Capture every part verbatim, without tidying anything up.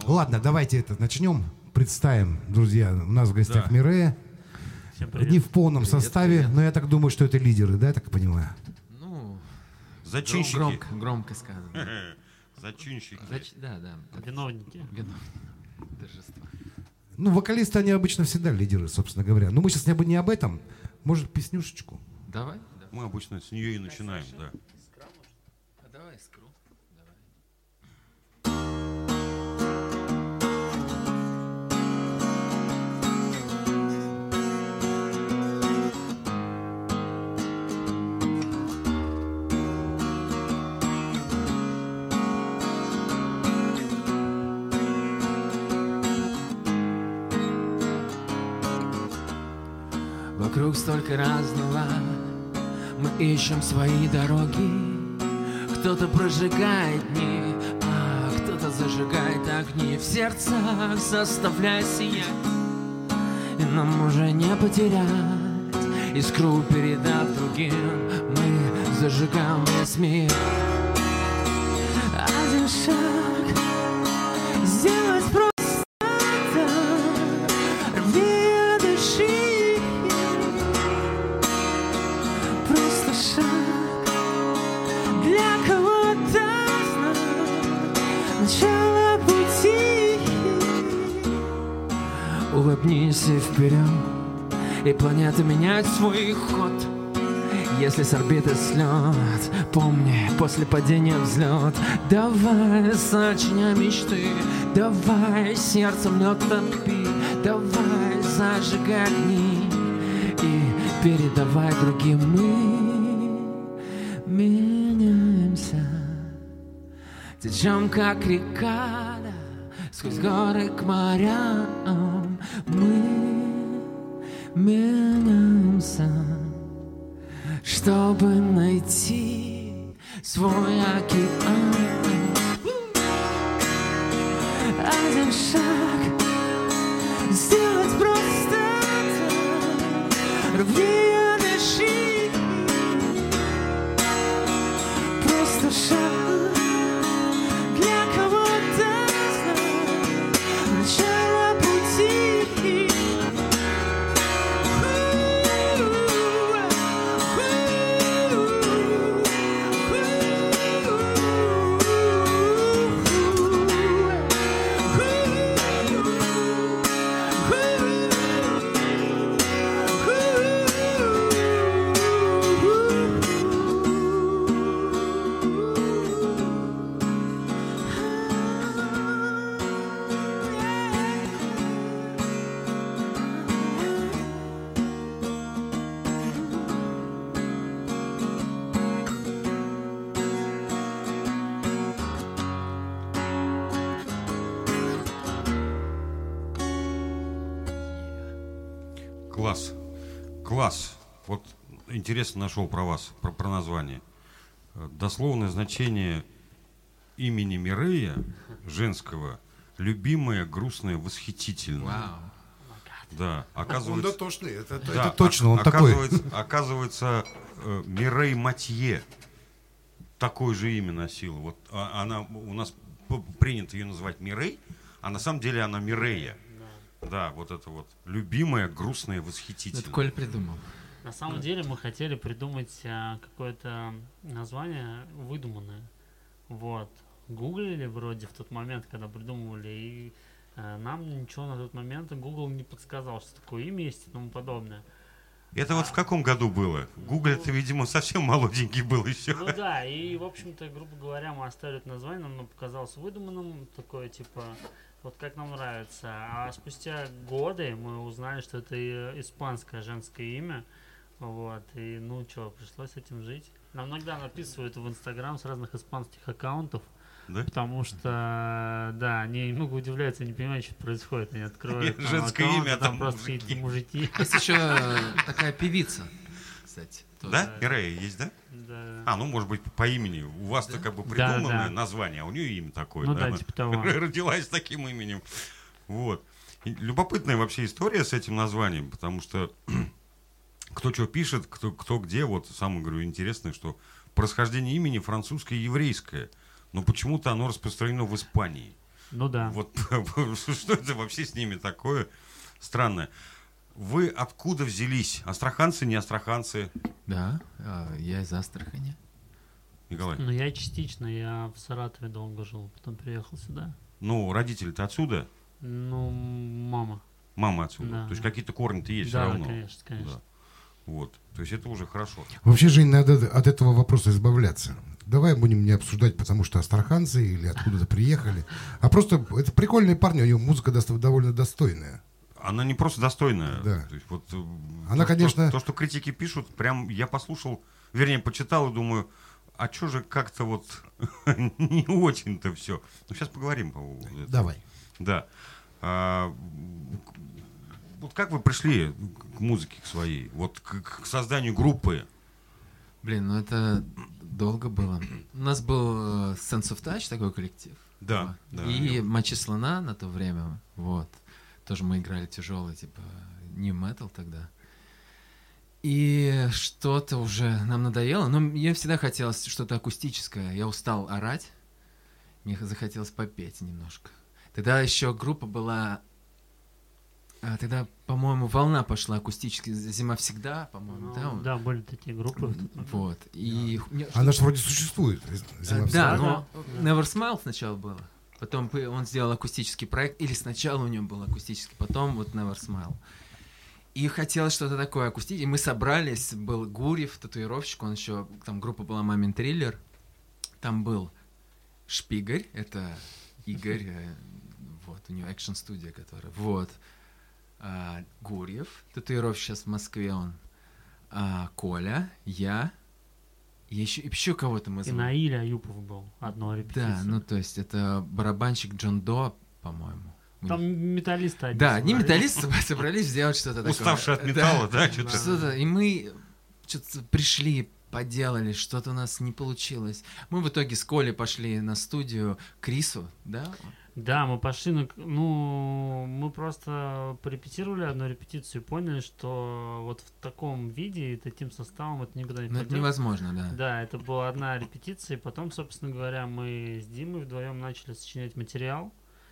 Ладно, давайте это начнем. Представим, друзья, у нас в гостях Да. Мирея. Не в полном Привет, составе, привет. но я так думаю, что это лидеры, да, я так понимаю? Ну, Зачинщики. громко, громко сказано. Зачинщики. Зач- Да, да. Виновники. Виновники. Торжество. Ну, вокалисты, они обычно всегда лидеры, собственно говоря. Но мы сейчас не об, не об этом. Может, песнюшечку? Давай. Да. Мы обычно с нее и начинаем, да. А давай искру. Давай. Вокруг столько разного, мы ищем свои дороги. Кто-то прожигает дни, а кто-то зажигает огни в сердцах, заставляя сиять. И нам уже не потерять искру, передав другим. Мы зажигаем весь мир. Один шаг сделать просто так. Рви, дыши. Просто шаг для кого-то знак начало пути. Улыбнись и вперед, и планета меняет свой ход. Если с орбиты слет, помни, после падения взлет. Давай, сочиняй мечты, давай, сердцем лед топи, давай, зажигай огни и передавай другим. Мы меняемся, течем как река, да, сквозь горы к морям. Мы меняемся, чтобы найти свой океан. Один шаг сделать просто так. Рви, дыши. Просто шаг для кого-то знак начало пути. Класс. Класс. Вот интересно нашел про вас, про, про название. Дословное значение имени Мирея, женского, любимая, грустная, восхитительная. Вау. Да, Он оказывается... дотошный, это, это, да, это точно, он о- такой. оказывается, оказывается, э, Мирей Матье такое же имя носила. Вот а- она у нас п- принято ее называть Мирей, а на самом деле она Мирея. Да, вот это вот любимая, грустная, восхитительная. Это Коль придумал. На самом деле мы хотели придумать а, какое-то название выдуманное. Вот. Гуглили вроде в тот момент, когда придумывали, и а, нам ничего на тот момент Google не подсказал, что такое имя есть и тому подобное. Это вот в каком году было? Гугл-то, видимо, совсем молоденький был еще. Ну да, и, в общем-то, грубо говоря, мы оставили это название, нам оно показалось выдуманным, такое, типа, вот как нам нравится. А спустя годы мы узнали, что это и испанское женское имя, вот, и, ну, что, пришлось с этим жить. Нам иногда написывают в Инстаграм с разных испанских аккаунтов, Да? потому что, да, они немного удивляются, не понимают, что происходит. Они открывают там Женское аккаунт, имя, а а там просто мужики. какие-то мужики. Есть еще такая певица, кстати. тоже. Да? Мирея есть, да? Да. А, ну, может быть, по имени. У вас-то как бы Да, придуманное да. название, а у нее имя такое. Ну да? да, Она типа того. родилась с таким именем. Вот. И любопытная вообще история с этим названием, потому что кто что пишет, кто, кто где, вот самое, говорю, интересное, что происхождение имени французское и еврейское, но почему-то оно распространено в Испании. Ну да. Вот что это вообще с ними такое странное? Вы откуда взялись? Астраханцы, не астраханцы? Да, а, я из Астрахани. Николай? Ну, я частично, я в Саратове долго жил, потом приехал сюда. Ну, родители-то отсюда? Ну, мама. Мама отсюда? Да. То есть какие-то корни-то есть все Да, равно? конечно, конечно. Да. Вот. То есть это уже хорошо. Вообще, Жень, надо от этого вопроса избавляться. Давай будем не обсуждать, потому что астраханцы или откуда-то приехали. А просто это прикольные парни, у него музыка доста- довольно достойная. Она не просто достойная. Да. То есть вот, э, Она, то, конечно- То, то, что критики пишут, прям я послушал, вернее, почитал и думаю, а что же как-то вот не очень-то все. Ну, сейчас поговорим по поводу этого. Давай. Да. А, вот как вы пришли к музыке к своей? Вот к, к созданию группы? Блин, ну это долго было. У нас был э, Sense of Touch, такой коллектив. Да, Вот. да. И Мочи слона на то время, вот. Тоже мы играли тяжелый, типа, new metal тогда. И что-то уже нам надоело. Но мне всегда хотелось что-то акустическое. Я устал орать. Мне захотелось попеть немножко. Тогда еще группа была... а, тогда, по-моему, волна пошла акустически. Зима всегда, по-моему, Ну, да? да, были такие группы. в тот момент. Вот. И мне Она же вроде существует. Зима Э, всегда. Да, Да, но да. Never Smile сначала было. Потом п- он сделал акустический проект. Или сначала у него был акустический, потом вот Never Smile. И хотелось что-то такое акустическое. И мы собрались, был Гурьев, татуировщик, он еще, там группа была Мамин Триллер. Там был Шпигарь, это Игорь, э, вот, у него экшн-студия, которая, вот. А, Гурьев, татуировщик сейчас в Москве он. А, Коля, я. И еще, еще кого-то мы И звали. Наиль Аюпов был, одно репетиция. Да, ну то есть это барабанщик Джон До, по-моему. У Там них- металлисты одни Да, одни собрались. металлисты собрались сделать что-то такое. Уставшие от Да, металла, да? Что-то. что-то. И мы что-то пришли, поделали, что-то у нас не получилось. Мы в итоге с Колей пошли на студию к Крису, да? Да, мы пошли на... к- Ну, мы просто порепетировали одну репетицию и поняли, что вот в таком виде и таким составом это никуда не Ну это пойдет. невозможно, да. Да, это была одна репетиция, и потом, собственно говоря, мы с Димой вдвоем начали сочинять материал,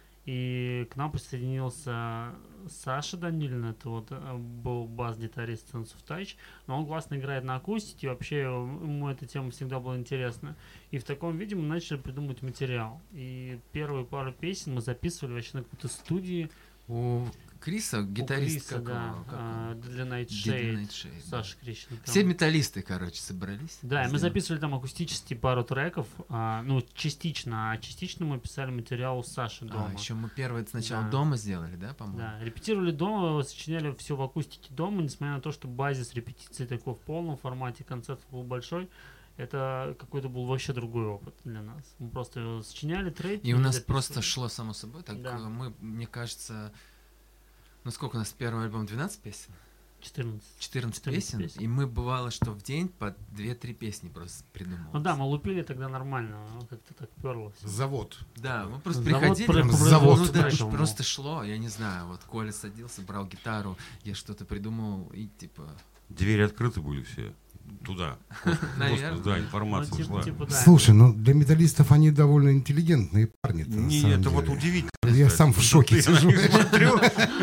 и к нам присоединился Саша Данилин, это вот э, был бас-гитарист Sense of Touch, но он классно играет на акустике, вообще ему эта тема всегда была интересна. И в таком виде мы начали придумывать материал. И первые пару песен мы записывали вообще на какой-то студии. У Криса, гитарист, у Криса, как да, его, как а, он? для Dead Nightshade, Nightshade, да. Саша Крищенко. Все металлисты, короче, собрались. Да, и мы сделали. записывали там акустически пару треков, а, ну, частично, а частично мы писали материал у Саши дома. А, еще мы первое сначала Да. дома сделали, да, по-моему? Да, репетировали дома, сочиняли все в акустике дома, несмотря на то, что базис репетиции такой в полном формате, концерт был большой, это какой-то был вообще другой опыт для нас. Мы просто сочиняли треки. И у нас записывали. просто шло само собой. Так Да. э, мы, мне кажется, ну сколько у нас первый альбом? двенадцать песен? четырнадцать. четырнадцать, четырнадцать песен, песен. и мы бывало, что в день по две-три песни просто придумывали. Ну да, мы лупили тогда нормально, ну, как-то так перло всё. Завод. Да, мы просто Завод приходили, про- ну, по завод ну да, треков был. просто шло, я не знаю, вот Коля садился, брал гитару, я что-то придумал, и типа... Двери открыты были все. Туда. Наверное. Господи, да, Ну, информация типа, шла. типа, да. Слушай, ну для металлистов они довольно интеллигентные парни. Не, это вот удивительно. Я кстати. сам в шоке Я на сижу. них смотрю.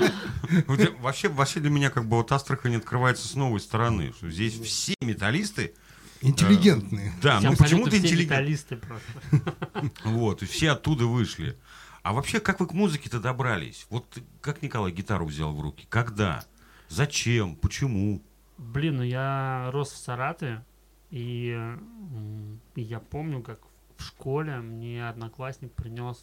Вот я- Вообще, вообще для меня как бы вот Астрахань открывается с новой стороны. Что здесь все металлисты. Интеллигентные. Да, Все ну абсолютно почему-то все интеллигентные. металлисты просто. Вот, и все оттуда вышли. А вообще, как вы к музыке-то добрались? Вот как Николай гитару взял в руки? Когда? Зачем? Почему? Блин, ну я рос в Саратове, и, м, и я помню, как в школе мне одноклассник принес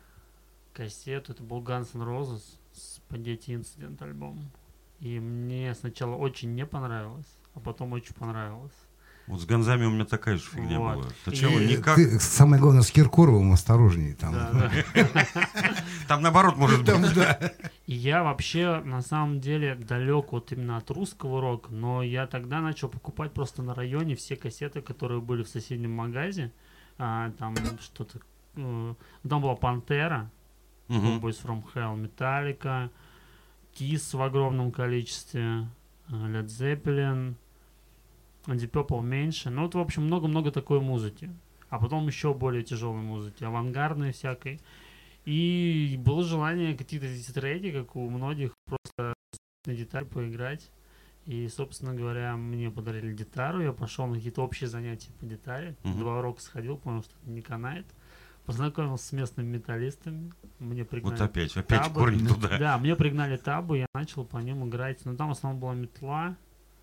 кассету, это был Guns N' Roses, Spaghetti Incident альбом. И мне сначала очень не понравилось, а потом очень понравилось. Вот с Гонзами у меня такая же фигня Вот. была. Сначала И никак. Ты, самое главное, с Киркоровым осторожней там. Да, да. Там наоборот может быть. Там, да. И я вообще на самом деле далек вот именно от русского рока, но я тогда начал покупать просто на районе все кассеты, которые были в соседнем магазе. А, там что-то... э, там была Пантера, Мгм. Boys from Hell, Metallica, Kiss в огромном количестве, э, Led Zeppelin, Deep Purple меньше. Ну вот, в общем, много-много такой музыки. А потом еще более тяжелой музыки, авангардной всякой. И было желание какие-то эти треки, как у многих, просто на гитаре поиграть. И, собственно говоря, мне подарили гитару, я пошел на какие-то общие занятия по гитаре. Мгм. Два урока сходил, понял, что это не канает. Познакомился с местными металлистами. Мне пригнали Вот опять, опять табы. корни туда. Да, мне пригнали табу, я начал по ним играть. Но там в основном была метла.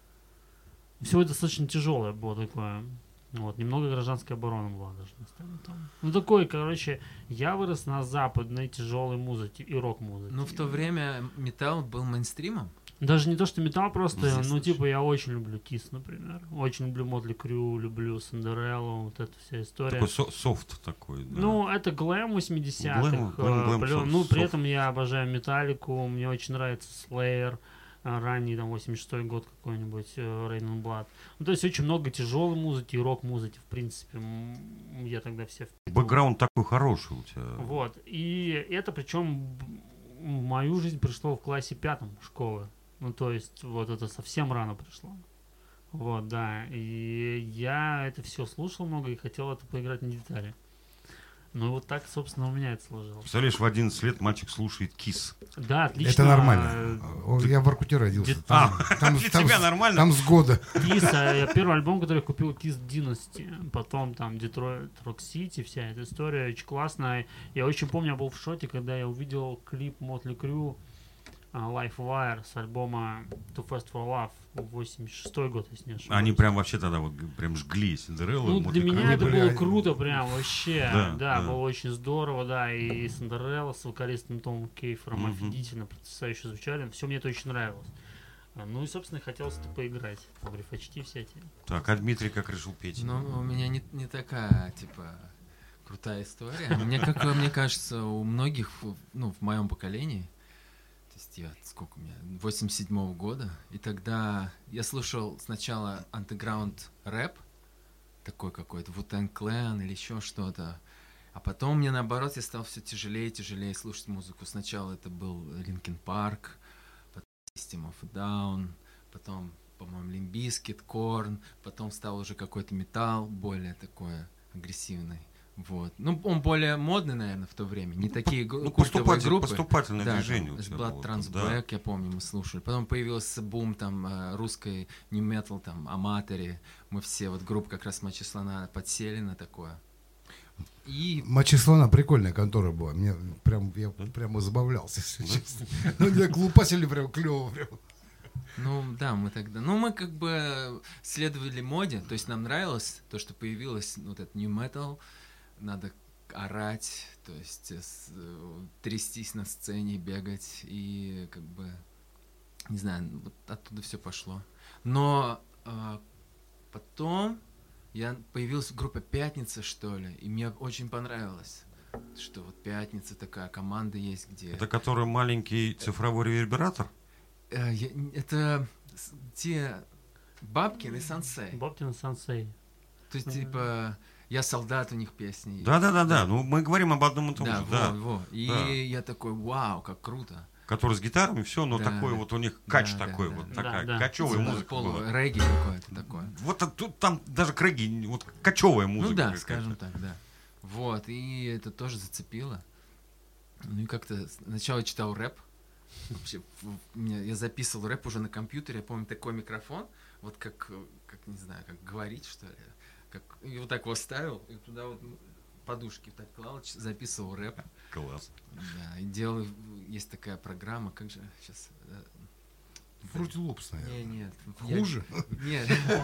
Все достаточно тяжелое было такое. Вот, немного гражданской обороны была даже. Там. Ну такой, короче, я вырос на западной тяжелой музыке и рок-музыке. Ну, в то время металл был мейнстримом. Даже не то, что металл, просто, Здесь ну, слушай. типа, я очень люблю Кис, например. Очень люблю Мотли Крю, люблю Сандереллу, вот эта вся история. Такой со- софт такой. Да. Ну, это глэм восьмидесятых. Глэм, глэм, глэм, э, софт, ну, при софт. этом я обожаю Металлику, мне очень нравится Slayer, э, ранний, там, восемьдесят шестой год какой-нибудь, э, Rain and Blood. Ну, то есть очень много тяжелой музыки и рок-музыки, в принципе. М, Я тогда все впитывал. Бэкграунд такой хороший у тебя. Вот. И это причем в мою жизнь пришло в классе пятом школы. Ну, то есть, вот это совсем рано пришло. Вот, да. И я это все слушал много и хотел это поиграть на гитаре. Ну, вот так, собственно, у меня это сложилось. Представляешь, в одиннадцать лет мальчик слушает Кис. Да, отлично. Это нормально. О, Я в Воркуте родился. Дед- Там, там- Для там тебя с- нормально? там с года. Kiss, а я первый альбом, который я купил, Kiss Dynasty. Потом там Detroit Rock City, вся эта история очень классная. Я очень помню, я был в шоке, когда я увидел клип Motley Crue Life Wire с альбома Too Fast for Love, восемьдесят шестой год, если не ошибаюсь. Они прям вообще тогда вот прям жгли Синдереллу. Ну, Мотли для Крю. меня Они это были- было круто прям вообще. Да, Да, да. было очень здорово, да. И Сандерелла с вокалистом Томом Кейфером Мгм. офигительно, потрясающе звучали. Все мне это очень нравилось. А, Ну и, собственно, хотелось это поиграть. Там рифачки всякие. Так, а Дмитрий как решил петь? Ну, у меня не, не такая, типа, крутая история. Мне, как мне кажется, у многих, в- ну, в моем поколении, то есть я, сколько у меня, восемьдесят седьмого года, и тогда я слушал сначала андеграунд рэп, такой какой-то, Wu-Tang Clan или еще что-то, а потом мне, наоборот, я стал все тяжелее и тяжелее слушать музыку. Сначала это был Linkin Park, потом System of a Down, потом, по-моему, Limp Bizkit, Korn, потом стал уже какой-то металл, более такой агрессивный. Вот. Ну, он более модный, наверное, в то время. Не такие гу- Ну, культовые поступатель- группы. поступательное Да, движение у там, тебя Blood было Trans там, да. Black, я помню, мы слушали. Потом появился бум там э, русской New Metal, там, Аматори. Мы все, вот группа как раз Мочи Слона подсели на такое. И Мочислона прикольная контора была. Мне прям, я прямо забавлялся, если честно. Ну, меня глупасили прям клево. Прям. Ну, да, мы тогда... Ну, мы как бы следовали моде, то есть нам нравилось то, что появилось, ну, вот этот new metal, надо орать, то есть э, с- э, трястись на сцене, бегать, и как бы, не знаю, вот оттуда все пошло. Но э, потом я появился в группе «Пятница», что ли, и мне очень понравилось, что вот «Пятница» такая команда есть, где... Это который маленький цифровой ревербератор? Э, я- это с- те Бабкин и Сансей. Бобтин Сансей. То есть, Мгм. типа, я солдат у них песни. Да, да, да, да. Ну, мы говорим об одном и том Да, же, во, да. во. И да. я такой, вау, как круто. Который с гитарами, все, но Да, такой да. вот у них кач Да, да, такой, да. вот Да, такая да. качевая Типа музыка полу- была. Регги какое-то такое. Вот а тут там даже Крэги, вот качевая музыка. Ну да, какая-то. скажем так, да. Вот, и это тоже зацепило. Ну и как-то сначала я читал рэп. Вообще, в- у меня- я записывал рэп уже на компьютере, я помню такой микрофон, вот как, э, как не знаю, как говорить, что ли. Как, и вот так его ставил, и туда вот м, подушки так клал, ч- записывал рэп. Класс. Да, и делал, есть такая программа, как же сейчас... Фрути Лопс, Не, наверное. нет. я- Хуже? Нет.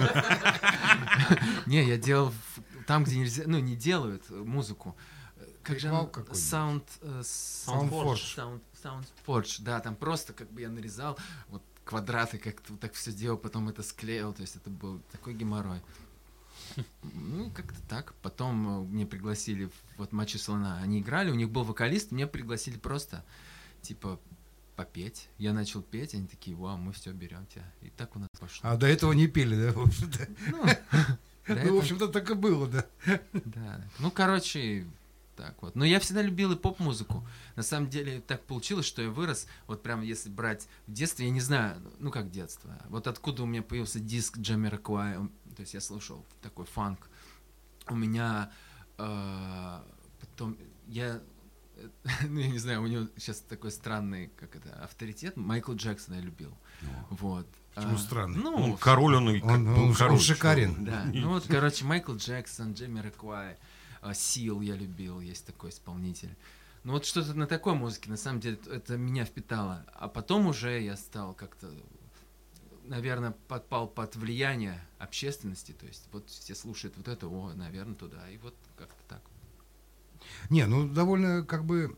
Не, я делал в- там, где нельзя, ну, не делают э, музыку. Э, Как же Ритуал она? какой-нибудь. Sound... э, Sound Soundforge. Sound Soundforge, да, там просто как бы я нарезал вот квадраты, как-то вот так все делал, потом это склеил, то есть это был такой геморрой. Ну, как-то так. Потом э, меня пригласили в вот Мочи Слона. Они играли, у них был вокалист, меня пригласили просто, типа, попеть. Я начал петь, они такие, вау, мы все берем тебя. И так у нас пошло. А до этого не пели, да? в общем-то? Ну, до Ну, в этого- общем-то, так и было, да. Да. Ну, короче, так вот. Но я всегда любил и поп-музыку. На самом деле так получилось, что я вырос, вот прям если брать в детстве, я не знаю, ну как детство, вот откуда у меня появился диск Джамироквай, то есть я слушал такой фанк. У меня э, потом, я ну, я не знаю, у него сейчас такой странный, как это, авторитет. Майкла Джексона я любил. Вот. Почему А, странный? Ну, Он король, он, и как Он, был он, король. он шикарен. да. Ну вот, короче, Майкл Джексон, Джейми Роквай, Сил я любил, есть такой исполнитель. Ну вот что-то на такой музыке, на самом деле, это меня впитало. А потом уже я стал как-то, наверное, подпал под влияние общественности. То есть вот все слушают вот это, о, наверное, туда. И вот как-то так. Не, ну довольно как бы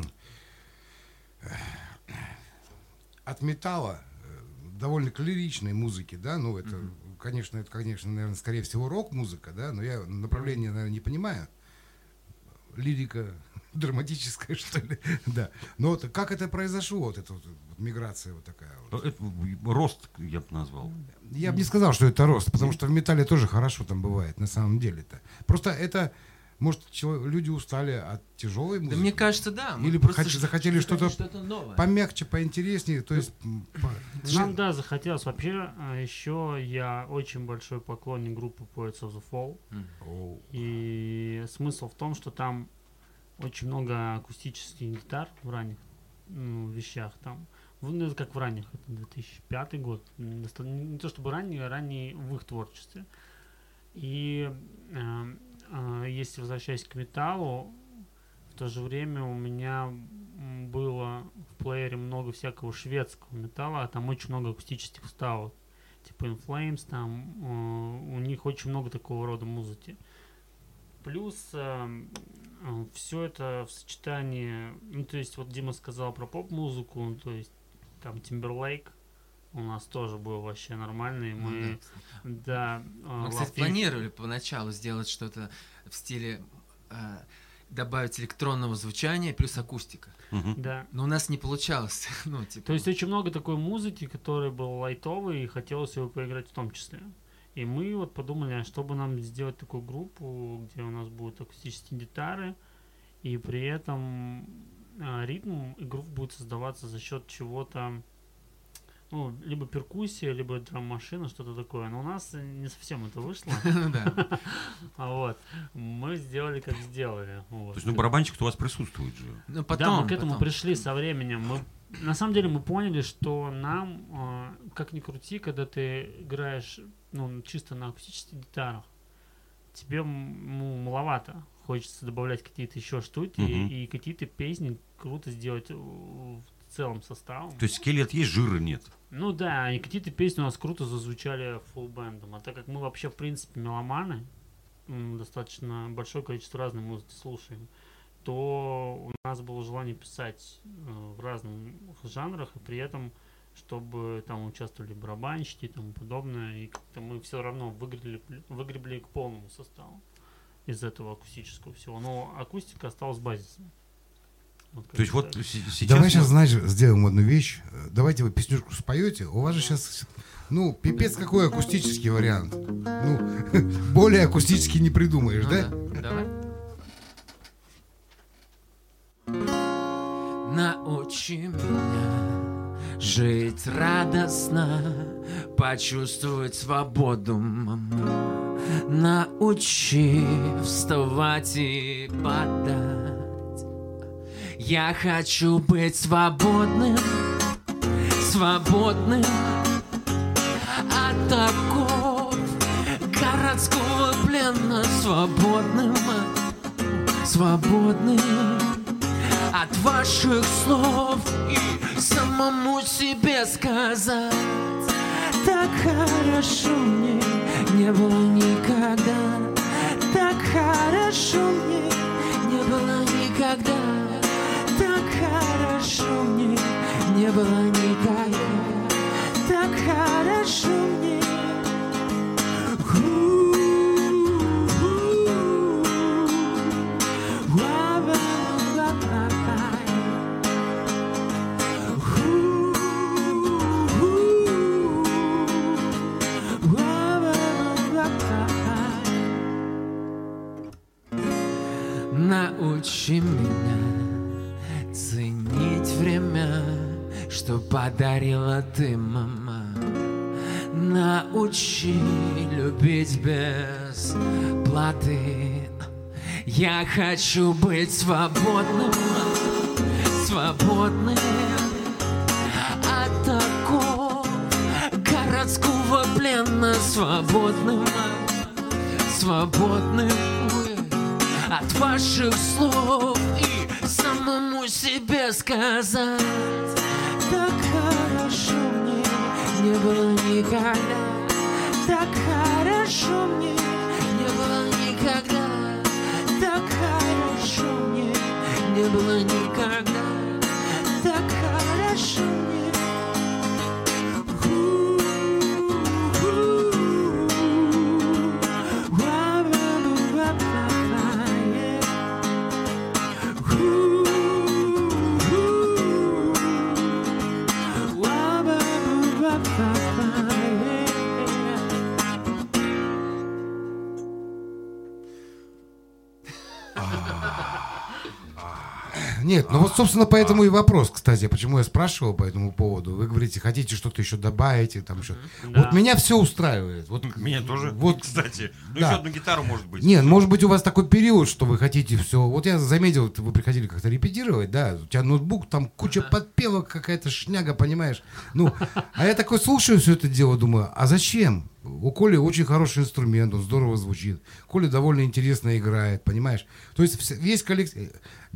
от металла, довольно к лиричной музыке, да, ну это, mm-hmm. конечно, это, конечно, наверное, скорее всего рок-музыка, да, но я направление, наверное, не понимаю. Лирика драматическая, что ли, да. Но вот как это произошло, вот эта вот, вот миграция вот такая вот? Это рост, я бы назвал. Я бы не сказал, что это рост, потому что в металле тоже хорошо там бывает, на самом деле-то. Просто это, может, человек, люди устали от тяжелой музыки? Да мне кажется, да. Или хот- захотели что-то, что-то новое. помягче, поинтереснее, то есть... По... Нам, да, захотелось. Вообще, еще я очень большой поклонник группы Poets of the Fall. Oh. И смысл в том, что там очень много акустических гитар в ранних ну, вещах. Там, ну, как в ранних, это две тысячи пятый год. Не то чтобы ранний, а ранний в их творчестве. И э, э, если возвращаясь к металлу, в то же время у меня было в плеере много всякого шведского металла, а там очень много акустических вставок. Типа In Flames, там э, у них очень много такого рода музыки. Плюс э, э, все это в сочетании, ну то есть вот Дима сказал про поп-музыку, то есть там Timberlake у нас тоже был вообще нормальный. Мы, ну, да, да Мы, э, кстати, Love планировали поначалу сделать что-то в стиле э, добавить электронного звучания плюс акустика. Угу. Да. Но у нас не получалось. ну, типа... То есть очень много такой музыки, которая была лайтовой, и хотелось его поиграть в том числе. И мы вот подумали, а чтобы нам сделать такую группу, где у нас будут акустические гитары, и при этом а, ритм и грув будет создаваться за счет чего-то, ну, либо перкуссия, либо драм-машина, что-то такое. Но у нас не совсем это вышло. Вот. Мы сделали, как сделали. То есть, ну, барабанщик у вас присутствует же. Ну, Да, мы к этому пришли со временем. Мы на самом деле мы поняли, что нам, э, как ни крути, когда ты играешь ну, чисто на акустических гитарах, тебе ну, маловато. Хочется добавлять какие-то еще штуки Угу. и какие-то песни круто сделать в целом составом. То есть скелет есть, жира нет. Ну да, и какие-то песни у нас круто зазвучали фулл-бэндом. А так как мы вообще, в принципе, меломаны, м, достаточно большое количество разной музыки слушаем, то у нас было желание писать э, в разных жанрах, и при этом, чтобы там участвовали барабанщики и тому подобное, и как-то мы все равно выгребли, выгребли к полному составу из этого акустического всего. Но акустика осталась базисом. Вот То есть вот так. с- сейчас... Давай мы- сейчас, знаешь, сделаем одну вещь. Давайте вы песнюшку споете. У вас же сейчас, ну, пипец какой акустический вариант. Ну, более акустически не придумаешь, Ну да? да, давай. Научи меня жить радостно, почувствовать свободу, мама. Научи вставать и падать. Я хочу быть свободным, свободным от оков городского плена, свободным, свободным от ваших слов и самому себе сказать: так хорошо мне не было никогда, так хорошо мне не было никогда, так хорошо мне не было никогда, так хорошо мне. Научи меня ценить время, что подарила ты, мама. Научи любить без платы. Я хочу быть свободным, свободным от оков городского плена, свободным, свободным от ваших слов и самому себе сказать: так хорошо мне не было никогда, так хорошо мне не было никогда, так хорошо мне не было никогда, так хорошо мне. Нет, ну вот, собственно, поэтому и вопрос, кстати, почему я спрашивал по этому поводу. Вы говорите, хотите что-то еще добавить, и там еще. Да. Вот меня все устраивает. Вот, Меня тоже, вот, кстати. Ну, да. еще одну гитару, может быть. Нет, может быть, у вас такой период, что вы хотите все. Вот я заметил, вы приходили как-то репетировать, да, у тебя ноутбук, там куча подпевок, какая-то шняга, понимаешь? Ну, а я такой слушаю все это дело, думаю, а зачем? У Коли очень хороший инструмент, он здорово звучит. Коля довольно интересно играет, понимаешь? То есть весь коллектив...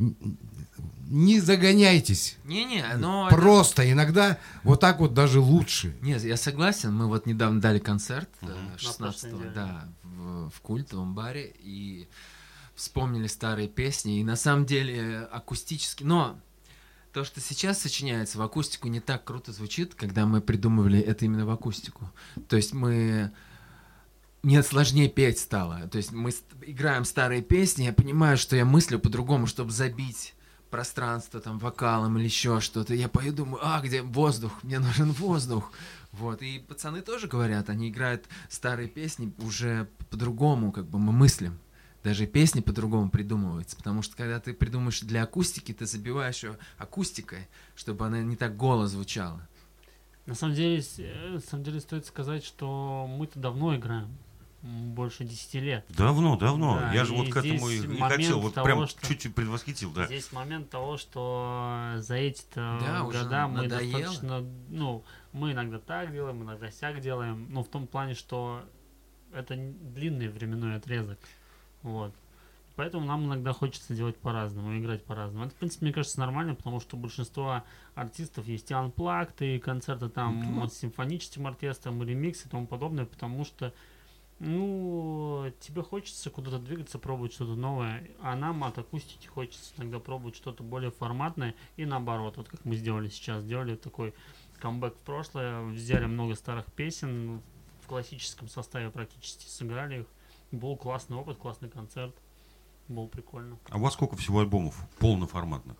Не загоняйтесь. Не-не, но... Просто это... иногда вот так вот даже лучше. Нет, я согласен. Мы вот недавно дали концерт Mm-hmm. шестнадцатого, да, в, в культовом баре, и вспомнили старые песни, и на самом деле акустически... Но то, что сейчас сочиняется в акустику, не так круто звучит, когда мы придумывали это именно в акустику. То есть мы... Мне сложнее петь стало. То есть мы играем старые песни, я понимаю, что я мыслю по-другому, чтобы забить пространство там вокалом или еще что-то. Я пою, думаю, а, где воздух? Мне нужен воздух. Вот. И пацаны тоже говорят, они играют старые песни уже по-другому, как бы мы мыслим. Даже песни по-другому придумываются. Потому что когда ты придумаешь для акустики, ты забиваешь ее акустикой, чтобы она не так голо звучала. На самом деле, на самом деле стоит сказать, что мы-то давно играем. Больше десяти лет. Давно, давно. Да, Я же и вот к этому и, и хотел, вот того, прям что... чуть-чуть предвосхитил, да. Здесь момент того, что за эти-то да, года мы надоело. достаточно, ну, мы иногда так делаем, иногда сяк делаем, но в том плане, что это длинный временной отрезок, вот. Поэтому нам иногда хочется делать по-разному, играть по-разному. Это, в принципе, мне кажется, нормально, потому что у большинства артистов есть и анплагд, и концерты там Ну, с симфоническим оркестром, и ремиксы и тому подобное, потому что ну, тебе хочется куда-то двигаться, пробовать что-то новое, а нам от акустики хочется иногда пробовать что-то более форматное и наоборот, вот как мы сделали сейчас, сделали такой камбэк в прошлое, взяли много старых песен, в классическом составе практически сыграли их, был классный опыт, классный концерт, было прикольно. А у вас сколько всего альбомов полноформатных?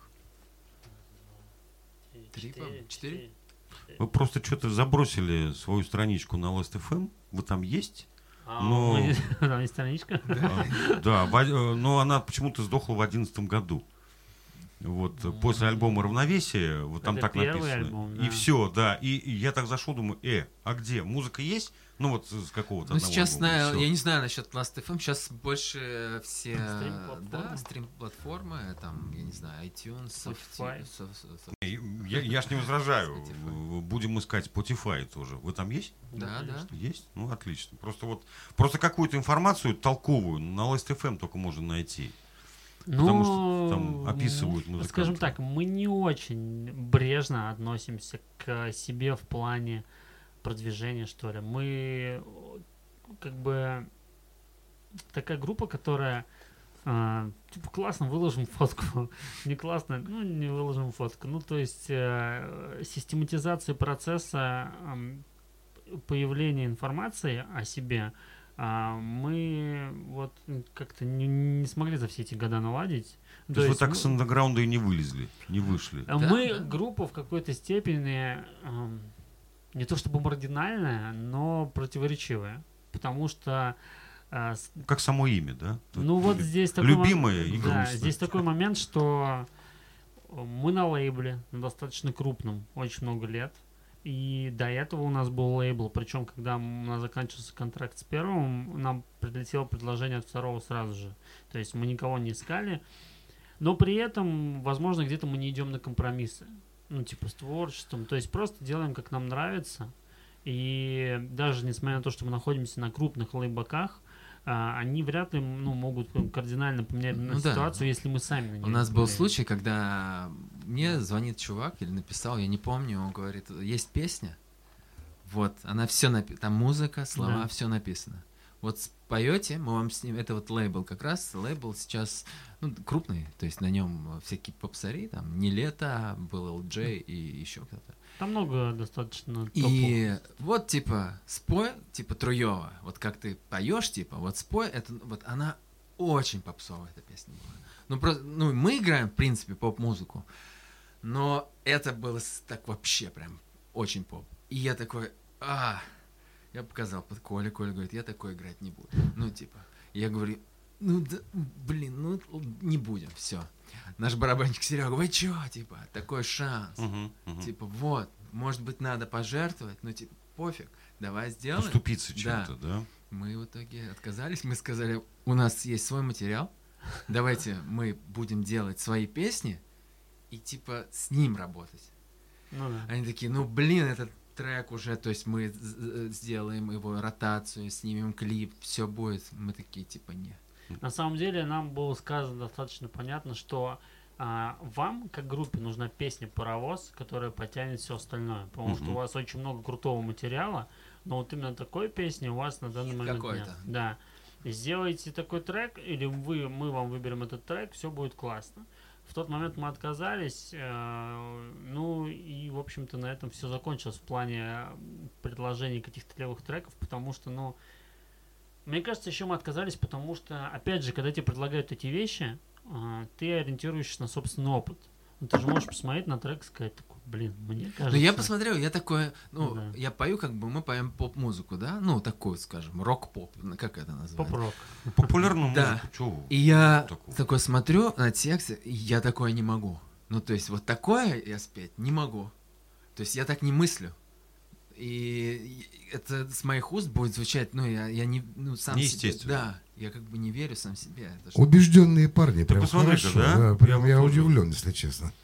Три, по-моему, четыре? Вы просто что-то забросили свою страничку на Last эф эм, вы там есть? А, Но- мы- там есть страничка? А, Да, в- э, но она почему-то сдохла в одиннадцатом году. Вот, э, после альбома «Равновесие», вот там Это так первый написано. альбом, И да. все, да. И, и я так зашел, думаю, э, а где? Музыка есть? Ну вот с какого-то Ну, одного сейчас, альбома, на- всё. я не знаю насчет Last эф эм, сейчас больше все... Стрим-платформы. Да, стрим-платформы, там, я не знаю, iTunes, Spotify. Soft- Soft- Soft- Я, я ж не возражаю. Spotify. Будем искать Spotify тоже. Вы там есть? Да, да. конечно. Есть? Ну, отлично. Просто вот просто какую-то информацию толковую на Last эф эм только можно найти. Потому что там описывают м, музыканты. Скажем так, мы не очень брежно относимся к себе в плане продвижения, что ли. Мы как бы такая группа, которая а, типа классно выложим фотку, не классно, ну не выложим фотку. Ну то есть э, систематизация процесса ам, появления информации о себе а, мы вот как-то не, не смогли за все эти года наладить. То, есть вы так мы- с андеграунда и не вылезли, не вышли. а Да, мы да. группа в какой-то степени эм, не то чтобы маргинальная, но противоречивая. Потому что э, с- Как само имя, да? ну вот здесь такой Любимое мом- и да, грустное. здесь такой момент, что мы на лейбле, на достаточно крупном, очень много лет. И до этого у нас был лейбл, причем когда у нас заканчивался контракт с первым, нам прилетело предложение от второго сразу же. То есть мы никого не искали. Но при этом, возможно, где-то мы не идем на компромиссы. Ну, типа, с творчеством. То есть просто делаем, как нам нравится. И даже несмотря на то, что мы находимся на крупных лейбаках, а, они вряд ли ну, могут кардинально поменять Ну, ситуацию, да. если мы сами на нее У нас был повлияем. случай, когда мне звонит чувак или написал, я не помню, он говорит, есть песня, вот, она все написана, там музыка, слова, Да. все написано. Вот споете, мы вам с ним, это вот лейбл как раз, лейбл сейчас ну, крупный, то есть на нем всякие попсари, там, не лето, был эл джей и еще кто-то. Там много достаточно топовых. И вот, типа, спой, типа, Труева, вот как ты поешь, типа, вот спой, это, вот она очень попсовая, эта песня была. Ну, просто, ну, мы играем, в принципе, поп-музыку, но это было с- так вообще прям очень поп. И я такой, а, я показал под Коле, Коля говорит, я такой играть не буду. Ну, типа, я говорю, ну, да, блин, ну, не будем, все. Наш барабанщик Серега, вы чё, типа, такой шанс. Мгм, мгм. Типа, вот, может быть, надо пожертвовать, но, типа, пофиг, давай сделаем. Поступиться Да. чем-то, да? Мы в итоге отказались, мы сказали, у нас есть свой материал, давайте мы будем делать свои песни и, типа, с ним работать. Ну да. Они такие, ну, блин, этот трек уже, то есть мы з- сделаем его ротацию, снимем клип, все будет. Мы такие, типа, нет. На самом деле нам было сказано достаточно понятно, что а, вам, как группе, нужна песня «Паровоз», которая потянет все остальное. Потому что Мгм. у вас очень много крутого материала, но вот именно такой песни у вас на данный момент Какой-то. нет. Да. И сделайте такой трек, или вы, мы вам выберем этот трек, все будет классно. В тот момент мы отказались, э, ну и, в общем-то, на этом все закончилось в плане предложений каких-то левых треков, потому что, ну, мне кажется, еще мы отказались, потому что, опять же, когда тебе предлагают эти вещи, а, ты ориентируешься на собственный опыт. Ну, ты же можешь посмотреть на трек и сказать, такой, блин, мне кажется... Ну, я посмотрел, я такой, ну, Да. я пою, как бы, мы поем поп-музыку, да? Ну, такую, скажем, рок-поп, ну, как это называется? Поп-рок. Популярную Да. музыку, чё вы? И я Такого. такой смотрю на текст, и я такое не могу. Ну, то есть, вот такое я спеть не могу. То есть, я так не мыслю. И это с моих уст будет звучать, ну, я, я не, ну, сам себе, Неестественно. да, я как бы не верю сам себе. Это ж- Убежденные парни, прям посмотри-ка, хорошо. да? Да, прям Я я вот тоже. удивлен, если честно.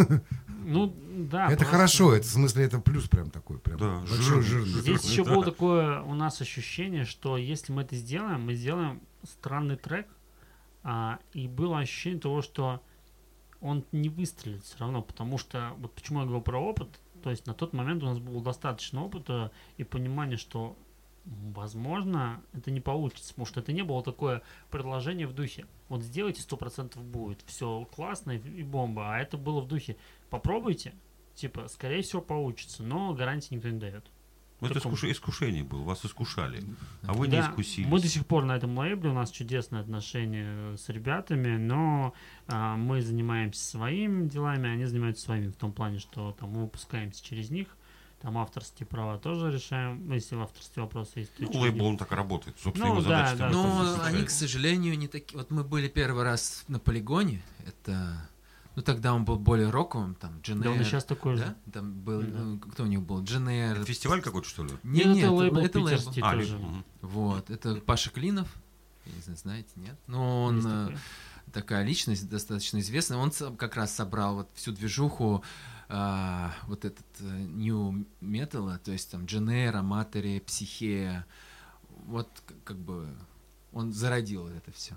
Ну, да. Это просто хорошо, это в смысле это плюс прям такой, прям Да, большой жирный. жирный. Здесь Да. еще было такое у нас ощущение, что если мы это сделаем, мы сделаем странный трек, а, и было ощущение того, что он не выстрелит все равно, потому что, вот почему я говорю про опыт, то есть на тот момент у нас было достаточно опыта и понимания, что, м, возможно, это не получится, потому что это не было такое предложение в духе, вот сделайте, сто процентов будет, все классно и, и бомба, а это было в духе, попробуйте, типа, скорее всего получится, но гарантии никто не дает. Ну, это Таком- искуш- искушение было, вас искушали, а вы не Да, искусились. мы до сих пор на этом лейбле, у нас чудесные отношения с ребятами, но а, мы занимаемся своими делами, они занимаются своими, в том плане, что там мы выпускаемся через них, там авторские права тоже решаем, если в авторстве вопросы есть. то Ну, через лейбл, них. он так и работает. Собственно, Ну, его да, задача да. в этом Но заключается. они, к сожалению, не такие. Вот мы были первый раз на полигоне. Это. Ну тогда он был более роковым, там, Дженер. Да он и сейчас такой Да? же. Там был. Да. ну, кто у него был? Дженер. Это фестиваль какой-то, что ли? Не, Нет, нет, это лейбл это лейбл. питерский А, тоже. ли- мгм. Вот, это Паша Клинов. Я не знаю, знаете, нет? Но он Есть э, такой. такая личность достаточно известная. Он сам как раз собрал вот всю движуху а, вот этот нью металла, то есть там Дженера, Матери, Психея. Вот к- как бы он зародил это все.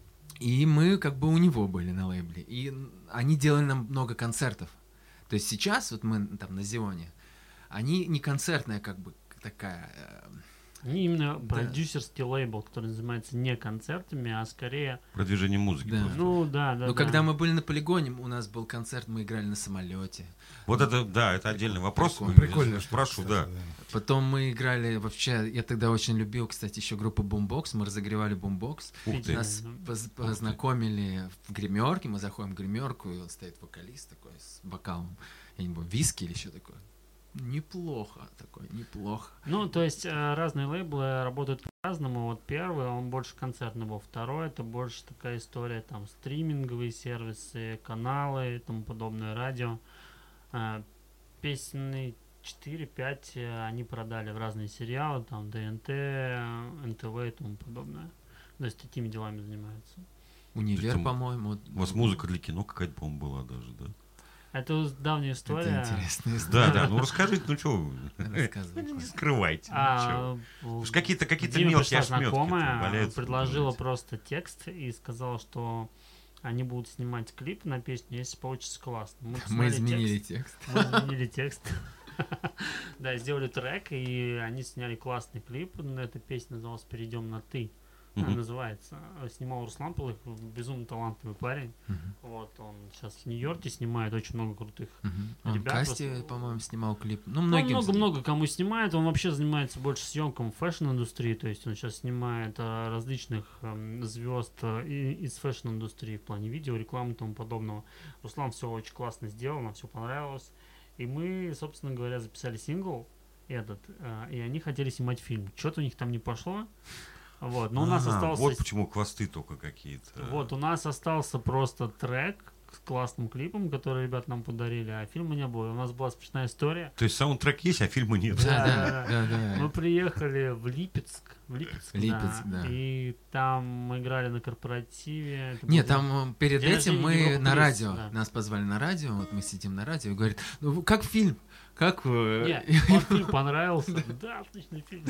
И мы как бы у него были на лейбле. И они делали нам много концертов. То есть сейчас вот мы там на Зионе, они не концертная как бы такая... э, Они именно Да. продюсерский лейбл, который занимается не концертами, а скорее... Продвижение музыки. Да. просто. Ну, да, да, Но да. когда мы были на полигоне, у нас был концерт, мы играли на самолете. Вот это, да, это отдельный вопрос. Прикольно. Прикольно. Я спрошу, да. Потом мы играли вообще, я тогда очень любил, кстати, еще группу Boombox, мы разогревали Boombox. Ух ты. Нас поз- познакомили в гримерке, мы заходим в гримерку, и он стоит вокалист такой с бокалом, я не помню, виски или еще такое. Неплохо такой, неплохо. Ну, то есть э, разные лейблы работают по-разному. Вот первый, он больше концертный был. Второй, это больше такая история, там, стриминговые сервисы, каналы и тому подобное, радио. Э, песенные четыре-пять э, они продали в разные сериалы, там, ДНТ, эн тэ вэ и тому подобное. То есть такими делами занимаются. Универ, Причем по-моему. вот У вас был. музыка для кино какая-то, по-моему, была даже, да? Это давняя Это история. интересная Да, история. да, ну расскажите, ну что вы, Рассказывайте. не скрывайте. А, ничего. Уж какие-то какие-то Диме мелкие пришла ошметки знакомая, валяются. предложила просто текст и сказала, что они будут снимать клип на песню, если получится классно. Мы, Мы посмотрели изменили текст, текст. мы изменили текст. Да, сделали трек, и они сняли классный клип. Эта песня называлась «Перейдем на ты». Она Мгм. называется. Снимал Руслан Пылых, безумно талантливый парень. Мгм. Вот, он сейчас в Нью-Йорке снимает очень много крутых. Мгм. Он Ребят Касти, просто- по-моему, снимал клип. Ну, Он многим. много-много кому снимает. Он вообще занимается больше съемком в фэшн-индустрии. То есть он сейчас снимает а, различных эм, звезд а, и- из фэшн-индустрии в плане видео, рекламы и тому подобного. Руслан все очень классно сделал, нам все понравилось. И мы, собственно говоря, записали сингл этот. а, и они хотели снимать фильм. Что-то у них там не пошло. Вот, но у нас А, остался... Вот почему хвосты только какие-то. Вот, у нас остался просто трек с классным клипом, который ребят нам подарили, а фильма не было. У нас была смешная история. То есть саундтрек есть, а фильма нет. Да, Да, да, да, Мы да. приехали в Липецк, в Липецк, Липецк, да. и там мы играли на корпоративе. Это Нет, был- там э, перед День этим рождения мы Европы на плюс, радио, да. нас позвали на радио, вот мы сидим на радио и говорит, ну вы- как фильм, как вы... Нет, вам фильм понравился? Да, отличный фильм.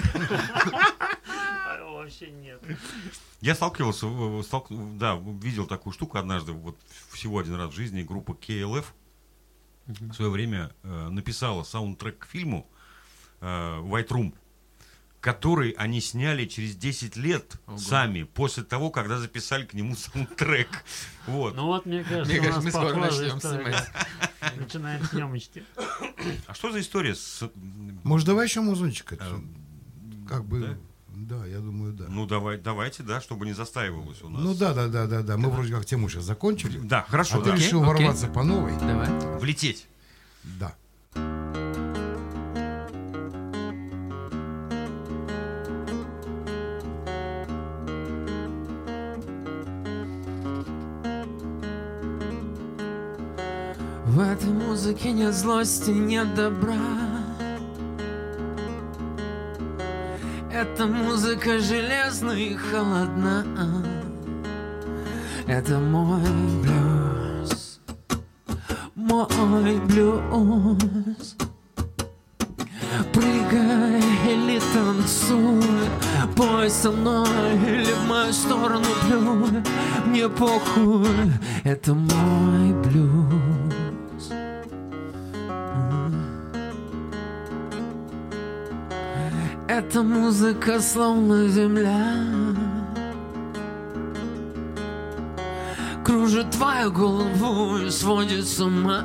А его вообще нет. Я сталкивался, в- сталк- да, видел такую штуку однажды, вот всего один раз в жизни, группа кей эл эф в свое время э, написала саундтрек к фильму э, White Room, который они сняли через десять лет Ого. сами, после того, когда записали к нему саундтрек. Вот. Ну вот, мне кажется, Мне у кажется, нас мы скоро похожая начнем история. снимать. Начинаем съемочки. А что за история с... Может, давай еще музончик? Это, А, как бы, да, я думаю, да. Ну, давай, давайте, да, чтобы не застаивалось у нас. Ну да, да, да, да, да. Мы вроде как тему сейчас закончили. Да, хорошо, А ты да. решил окей. ворваться по новой? Давай. Влететь. Да. В этой музыке нет злости, нет добра. Эта музыка железна и холодна. Это мой блюз, мой блюз. Прыгай или танцуй, пой со мной или в мою сторону плюнь. Мне похуй, это мой блюз. Эта музыка словно земля, кружит твою голову и сводит с ума.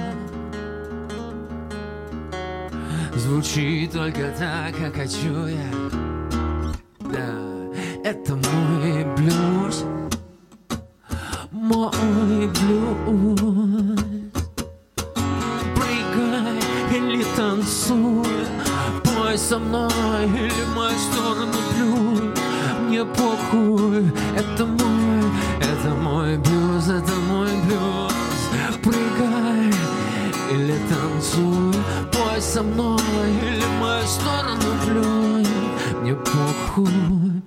Звучит только так, как хочу я. Да, это мой блюз, мой блюз. Прыгай или танцуй, пой со мной или в мою сторону плюнь. Мне похуй, это мой, это мой блюз, это мой блюз. Прыгай или танцуй, пой со мной или в мою сторону плюнь. Мне похуй.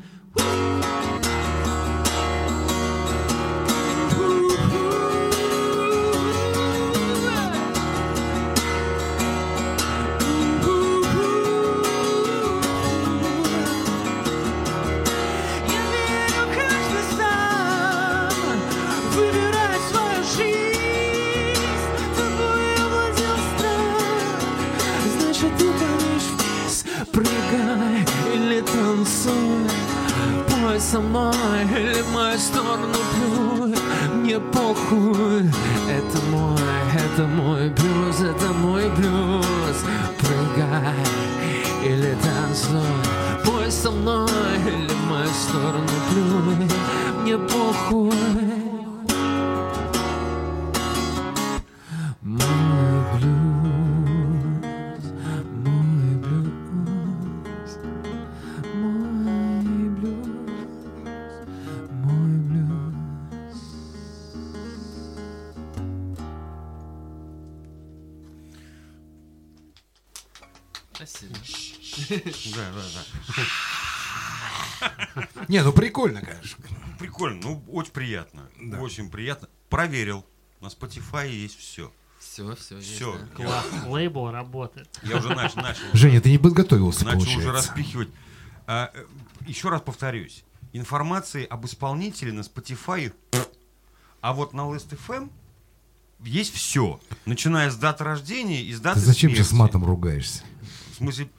Я верю, каждый сам выбирает свою жизнь. Тобой овладел страх, значит упадешь вниз. Прыгай или танцуй, пой со мной или в мою сторону плюнь. Мне похуй, это мой, это мой блюз, это мой блюз. Прыгай или танцуй, пой со мной или в мою сторону плюнь. Мне похуй. Мой блюз, мой блюз, мой блюз, мой блюз. Спасибо. Да, да, да. Не, ну прикольно, конечно. прикольно, ну, очень приятно. Да. Очень приятно. Проверил. На Spotify есть все. Все, все, Все. есть, да. Класс, лейбл работает. Я уже начал, начал, Женя, ты не подготовился, начал получается. уже распихивать. А, э, еще раз повторюсь. Информации об исполнителе на Spotify, а вот на Last эф эм есть все. Начиная с даты рождения и с даты Ты зачем смерти. сейчас матом ругаешься? В смысле...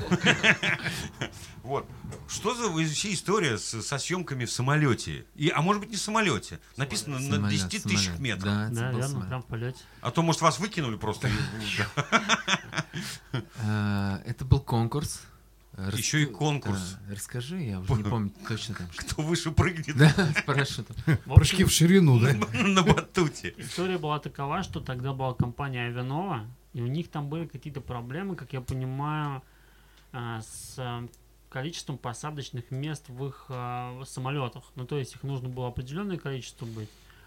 Вот. Что за вообще история с, со съемками в самолете? И, а может быть, не в самолете. Написано на Самолет, десяти тысячах самолет. метров. Да, это Да, был верно, самолет. прям в полете. А то, может, вас выкинули просто. А, Это был конкурс. Рас- Еще и конкурс. Да, расскажи, я уже не помню точно там. что. Кто выше прыгнет Да, с парашютом. В Прыжки общем, в ширину, да? на батуте. история была такова, что тогда была компания Авинова, и у них там были какие-то проблемы, как я понимаю, а, с а, количеством посадочных мест в их а, самолетах. Ну, то есть их нужно было определенное количество быть,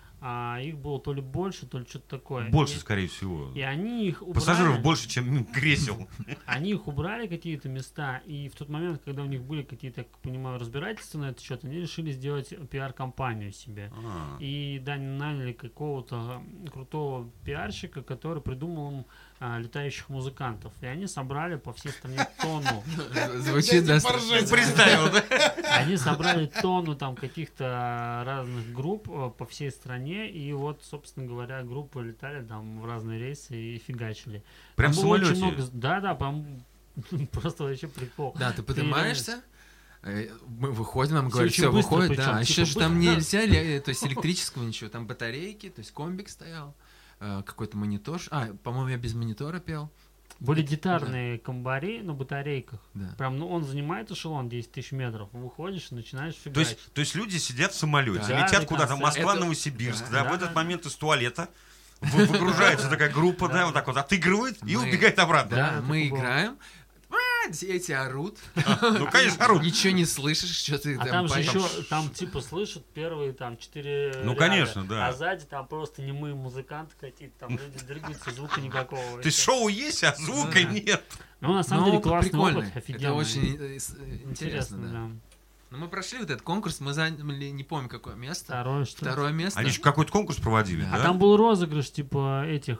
а их было то ли больше, то ли что-то такое. Больше, И- скорее всего. И они их убрали. Пассажиров больше, чем кресел. Они их убрали, какие-то места, и в тот момент, когда у них были какие-то, я понимаю, разбирательства на этот счет, они решили сделать пиар-компанию себе. А, И да, они наняли какого-то крутого пиарщика, который придумал им а, летающих музыкантов. И они собрали по всей стране тонну. Звучит достаточно. Ты представил, да? Они собрали тонну там каких-то разных групп э, по всей стране. И вот, собственно говоря, группы летали там в разные рейсы и фигачили. Прям в Там было очень самолете. много- Да, да, прям просто вообще прикол. Да, ты поднимаешься, э, мы выходим, нам Всё говорят, очень все, быстро, выходит, причём, да. А типа, еще же там быстро. нельзя, ли- то есть электрического ничего, там батарейки, то есть комбик стоял, э, какой-то монитор. А, по-моему, я без монитора пел. Были гитарные комбари на батарейках. Да. Прям, ну, он занимает эшелон десять тысяч метров. Выходишь и начинаешь То фигачить. есть, то есть люди сидят в самолете, Да, летят на куда-то, концерт. Москва, Это- Новосибирск, да, да, в да, этот да. момент из туалета вы- выгружается такая группа, да, вот так вот, отыгрывает и Мы- убегает обратно. Да, это мы было. играем, а, эти орут, Ну, конечно, орут. ничего не слышишь, что ты А там там же поешь. еще, там типа слышат первые там четыре Ну, ряда, конечно, да. А сзади там просто немые музыканты какие-то, там люди дрыгаются, звука никакого. То есть вообще. шоу есть, а звука Да. нет. Ну, на самом Ну, деле, классный прикольно. опыт, офигенный. Это очень э, с- э, интересно, интересно, да. да. Ну, мы прошли вот этот конкурс, мы заняли, не помню, какое место. Второе, что ли? Второе место. Они еще какой-то конкурс проводили, Да. А да? там был розыгрыш, типа, этих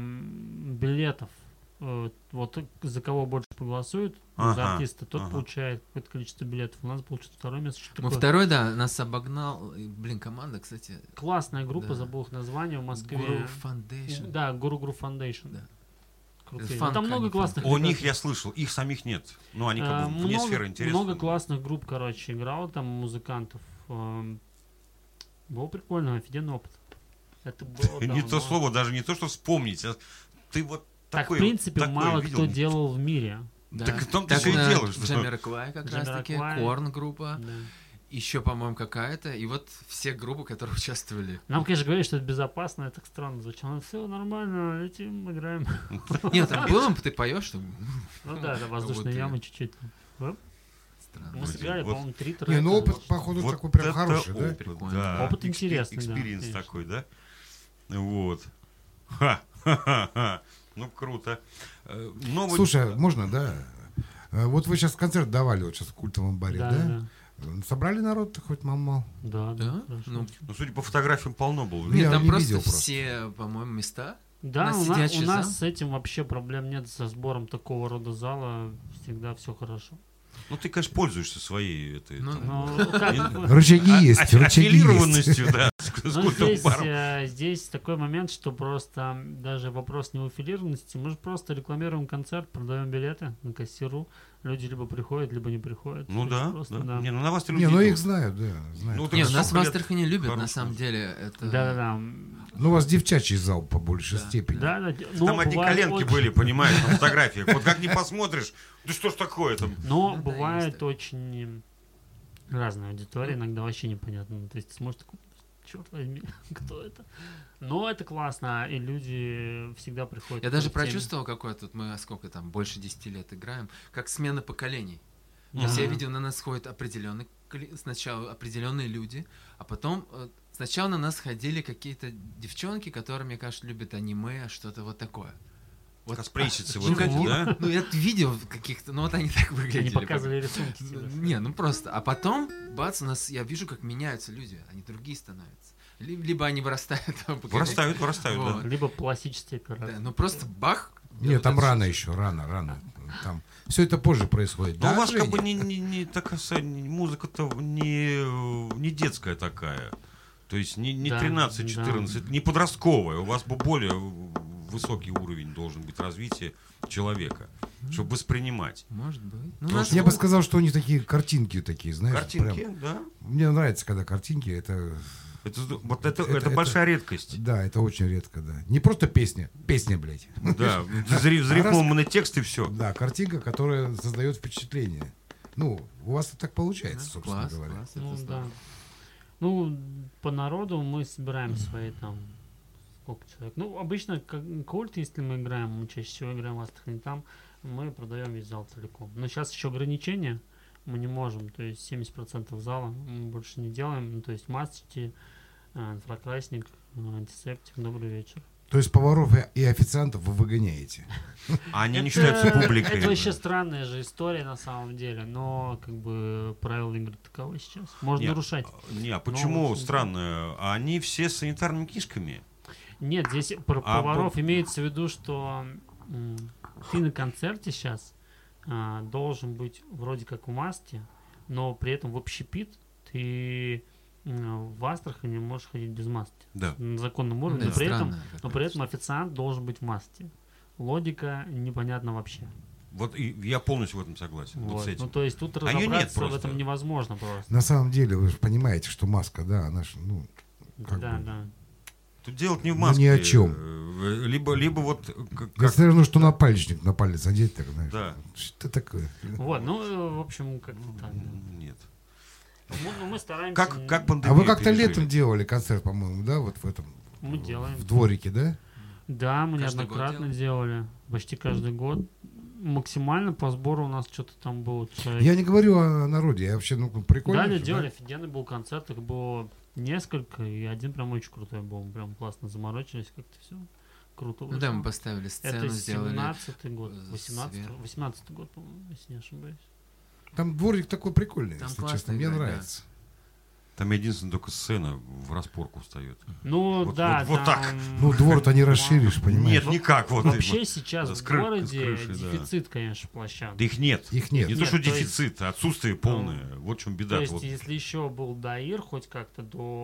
эм, билетов. Э, Вот за кого больше проголосуют, за Ага, артиста, тот ага. получает какое-то количество билетов. У нас получится второе место. Что Мы такое? второй, да, нас обогнал. и, Блин, команда, кстати. Классная группа, Да. забыл их название в Москве. Guru Foundation. Да, Guru Group Foundation. Да. Крутые. Фанк, Ну, там много они классных У ребят. них я слышал, их самих нет. Ну, они А, как бы вне много, сферы интереса. много классных групп, короче, играл там музыкантов. Эм, Было прикольно, офигенный опыт. Это было Не давно. то слово, даже не то, что вспомнить, а ты вот Так, в такой, принципе, такой мало видел. кто делал в мире. Да. Так в том-то Так всё и на дело, что- Джамироквай как раз таки, Джамироквай. Корн группа, Да. еще, по-моему, какая-то. И вот все группы, которые участвовали. Нам, конечно, говорили, что это безопасно, это так странно звучало. Все нормально, летим, играем. Нет, там было, ты поешь, что Ну да, да, воздушные будто- ямы чуть-чуть. Оп. странно. Мы Вот, сыграли, вот. по-моему, три трека. Не, ну опыт, походу, Вот такой прям это хороший, да? опыт, Прикольно. да. Опыт Экспи- интересный, да, Экспириенс конечно. такой, да? Вот. Ха-ха-ха. Ну, круто. Э, новый- Слушай, а можно, да? Э, Вот вы сейчас концерт давали, вот сейчас в культовом баре, Да, да? да, Э, Собрали народ хоть мал-мал? да, да. Да? хорошо. Ну, Ну, судя по фотографиям, полно было. Я нет, там не просто видел просто. все, по-моему, места. Да, на у, на- сидячий у нас зал? с этим вообще проблем нет, со сбором такого рода зала. Всегда все хорошо. Ну, ты, конечно, пользуешься своей этой... Ну, там, Ну, как, Рычаги а- есть, афи- рычаги есть. аффилированностью, да, с с ну, культовым здесь, баром. э, здесь такой момент, что просто даже вопрос не в аффилированности. Мы же просто рекламируем концерт, продаем билеты на кассиру. Люди либо приходят, либо не приходят. Ну Очень да, просто, да. да. Не, ну на вас Не, люди ну их идут. знают, да, знают. Ну, так Не, у нас в сколько лет Астрахани любят, на хорошего. самом деле. Это... Да-да-да. Ну, у вас девчачий зал по большей Да. степени. Да, да. Ну, Там одни бывает коленки очень- были, понимаешь, на фотографиях. Вот как не посмотришь, да что ж такое там? Но Ну да, бывает есть такое. очень разная аудитория, иногда вообще непонятно. Ну, то есть ты сможешь такой, черт возьми, кто это? Но это классно, и люди всегда приходят. Я к даже этой теме. прочувствовал, какой тут мы сколько там, больше десяти лет играем, как смена поколений. То Ага. есть я видел, на нас ходят определенные, коли- сначала определенные люди, а потом э, сначала на нас ходили какие-то девчонки, которые, мне кажется, любят аниме, что-то вот такое. Вот, Косплейщицы а, вот ну, как- эти, да? Ну, я видел каких-то, ну вот они так выглядели. Они показывали рисунки тебе. Не, ну просто. А потом, бац, у нас, я вижу, как меняются люди. Они другие становятся. Ли- Либо они вырастают. а пока- Вырастают, вырастают, Вот. да. Либо пластические операции. Да, ну просто бах. Нет, вот там это рано всё. еще, рано, рано. Там все это позже происходит. Но Да, у вас как Женя? бы не, не, не такая, са- не- музыка-то не, не детская такая. То есть не, не Да, тринадцать-четырнадцать, не подростковая. У вас бы более высокий уровень должен быть развития человека, чтобы воспринимать. Может быть. Ну, Потому у нас что Я бы вот- сказал, что у них такие картинки такие, знаешь. Картинки, прям. да. Мне нравится, когда картинки, это... Это, здо- вот это, Это- это, это- большая редкость. Да, это очень редко, да. Не просто песня, песня, блядь. Да, зри- зарифмованный текст и все. Да, картинка, которая создает впечатление. Ну, у вас это так получается, Да, собственно класс, говоря. класс, Ну это да. здорово. Ну, по народу мы собираем свои там сколько человек. Ну, обычно как культ, если мы играем, мы чаще всего играем в Астрахани, там мы продаем весь зал целиком. Но сейчас еще ограничения, мы не можем, то есть семьдесят процентов зала мы больше не делаем, ну, то есть маски, э, инфракрасник, э, антисептик, добрый вечер. То есть поваров и- и официантов вы выгоняете. А они не Это- считаются публикой. Это вообще странная же история на самом деле, но как бы правила игры таковы сейчас. Можно Нет, нарушать. Не, а почему очень странно? А они все с санитарными книжками. Нет, здесь про А поваров по- имеется в виду, что м, ты на концерте сейчас а, должен быть вроде как в маске, но при этом в общепит ты м, в Астрахани можешь ходить без маски. Да. На законном уровне, Да, но, при этом, странно но какое-то при этом официант должен быть в маске. Логика непонятна вообще. Вот и я полностью в этом согласен. Вот Вот. с этим. Ну, то есть тут А её нет разобраться в просто. этом невозможно просто. На самом деле, вы же понимаете, что маска, да, она ж, ну, как Да, бы- да. Тут делать не в Ну, маске. ни о чем. э, Либо, либо вот как, Да, как- все равно, что на пальчик на палец одеть, так, знаешь. Да. Что такое? Вот, ну, э, в общем, как-то так. да. Нет. Ну, ну, мы стараемся... Как, как А пандемию вы как-то пережили? летом делали концерт, по-моему, да, вот в этом? Мы делаем. В дворике, да? Да, мы Каждый год неоднократно делали. Почти каждый год. Максимально по сбору у нас что-то там было. человек- Я не говорю о народе, я вообще, ну, прикольно. Да, да, всё, делали. Офигенный был концерт. Их было несколько. И один прям очень крутой был. Прям классно заморочились. Как-то все круто Ну вышло. да, мы поставили сцену, Это сделали. семнадцатый год. э, восемнадцатый, свет. восемнадцатый год, по-моему, если не ошибаюсь. Там дворик такой прикольный, Там если классно честно, мне играть, да. нравится. Там единственная только сцена в распорку встает. Ну Вот- да, вот- вот так. там- Ну, двор-то не расширишь, понимаешь? Нет, никак. Вот, Вообще вот. сейчас да, с в кры- с городе крышей, да. дефицит, конечно, площадок. Да их нет. Их нет. Не то, Нет, что то есть- дефицит, а отсутствие полное. Вот в чем беда. То есть, Вот. если еще был Даир хоть как-то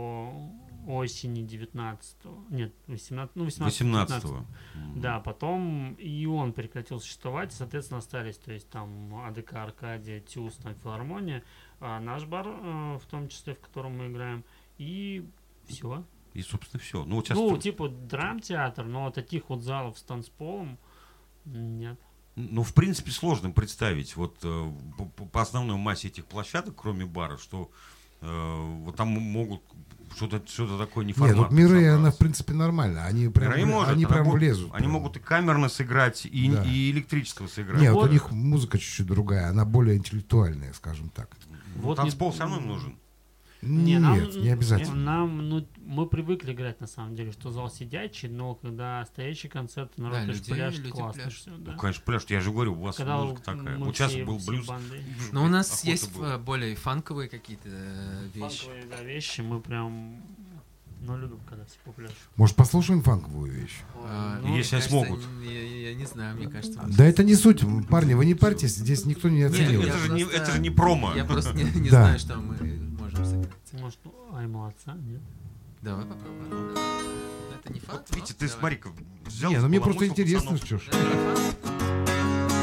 до осени девятнадцатого, нет, восемнадцатого, ну, восемнадцатого, восемнадцатого. да, потом и он прекратил существовать, и, соответственно, остались, то есть там АДК Аркадия, ТЮЗ, там филармония, а наш бар, э, в том числе, в котором мы играем, и все. И, собственно, все. Ну, вот сейчас Ну, тут- типа драм-театр, но таких вот залов с танцполом нет. Ну, в принципе, сложно представить, вот э, по, по- по основной массе этих площадок, кроме бара, что э, вот там могут что-то что такое Нет, неформатное вот Мирей, она, в собраться. принципе, нормально. Они прям, Мирей может, они она прям будет- влезут. Они могут и камерно сыграть, и, Да. и электричество сыграть. Нет, вот Вот. у них музыка чуть-чуть другая, она более интеллектуальная, скажем так. Ну, Вот танцпол не- все равно им нужен. Не, Нет, нам- не обязательно. Нам, ну, мы привыкли играть на самом деле, что зал сидячий, но когда стоящий концерт, народ, Да, конечно, людей- пляшет люди классно пляшут. всё, да. Ну, конечно, пляж, я же говорю, у вас Когда музыка такая. мы Вот сейчас все- был всей блюз. бандой. Но у нас Охота есть была. э, более фанковые какие-то э, вещи. Фанковые, да, вещи мы прям, ну, любим, когда все попляшут. Может, послушаем фанковую вещь? А, Ну, если мне кажется, смогут. Я, я- я не знаю, мне кажется. Да это не суть, парни, вы не парьтесь, здесь никто не Это, оценил. это я же не, просто- это же не промо. Я просто не, не Да. знаю, что мы можем сыграть. Может, ну, ай, молодца, нет? Давай попробуем. Это не фанк, Вот, Витя, но ты давай. смотри-ка, взял, Не, ну мне просто споломусил интересно, пацанов. что ж. Да, не фанк.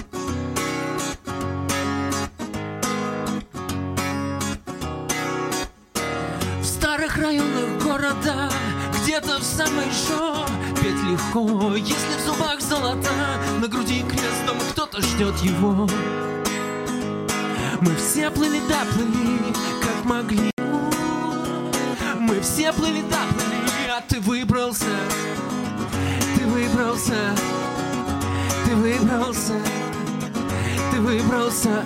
В старых районах города, где-то в самой жопе легко. Если в зубах золота, на груди крестом кто-то ждет его. Мы все плыли, да плыли, как могли. Мы все плыли, да плыли, а ты выбрался. Ты выбрался. Ты выбрался. Ты выбрался.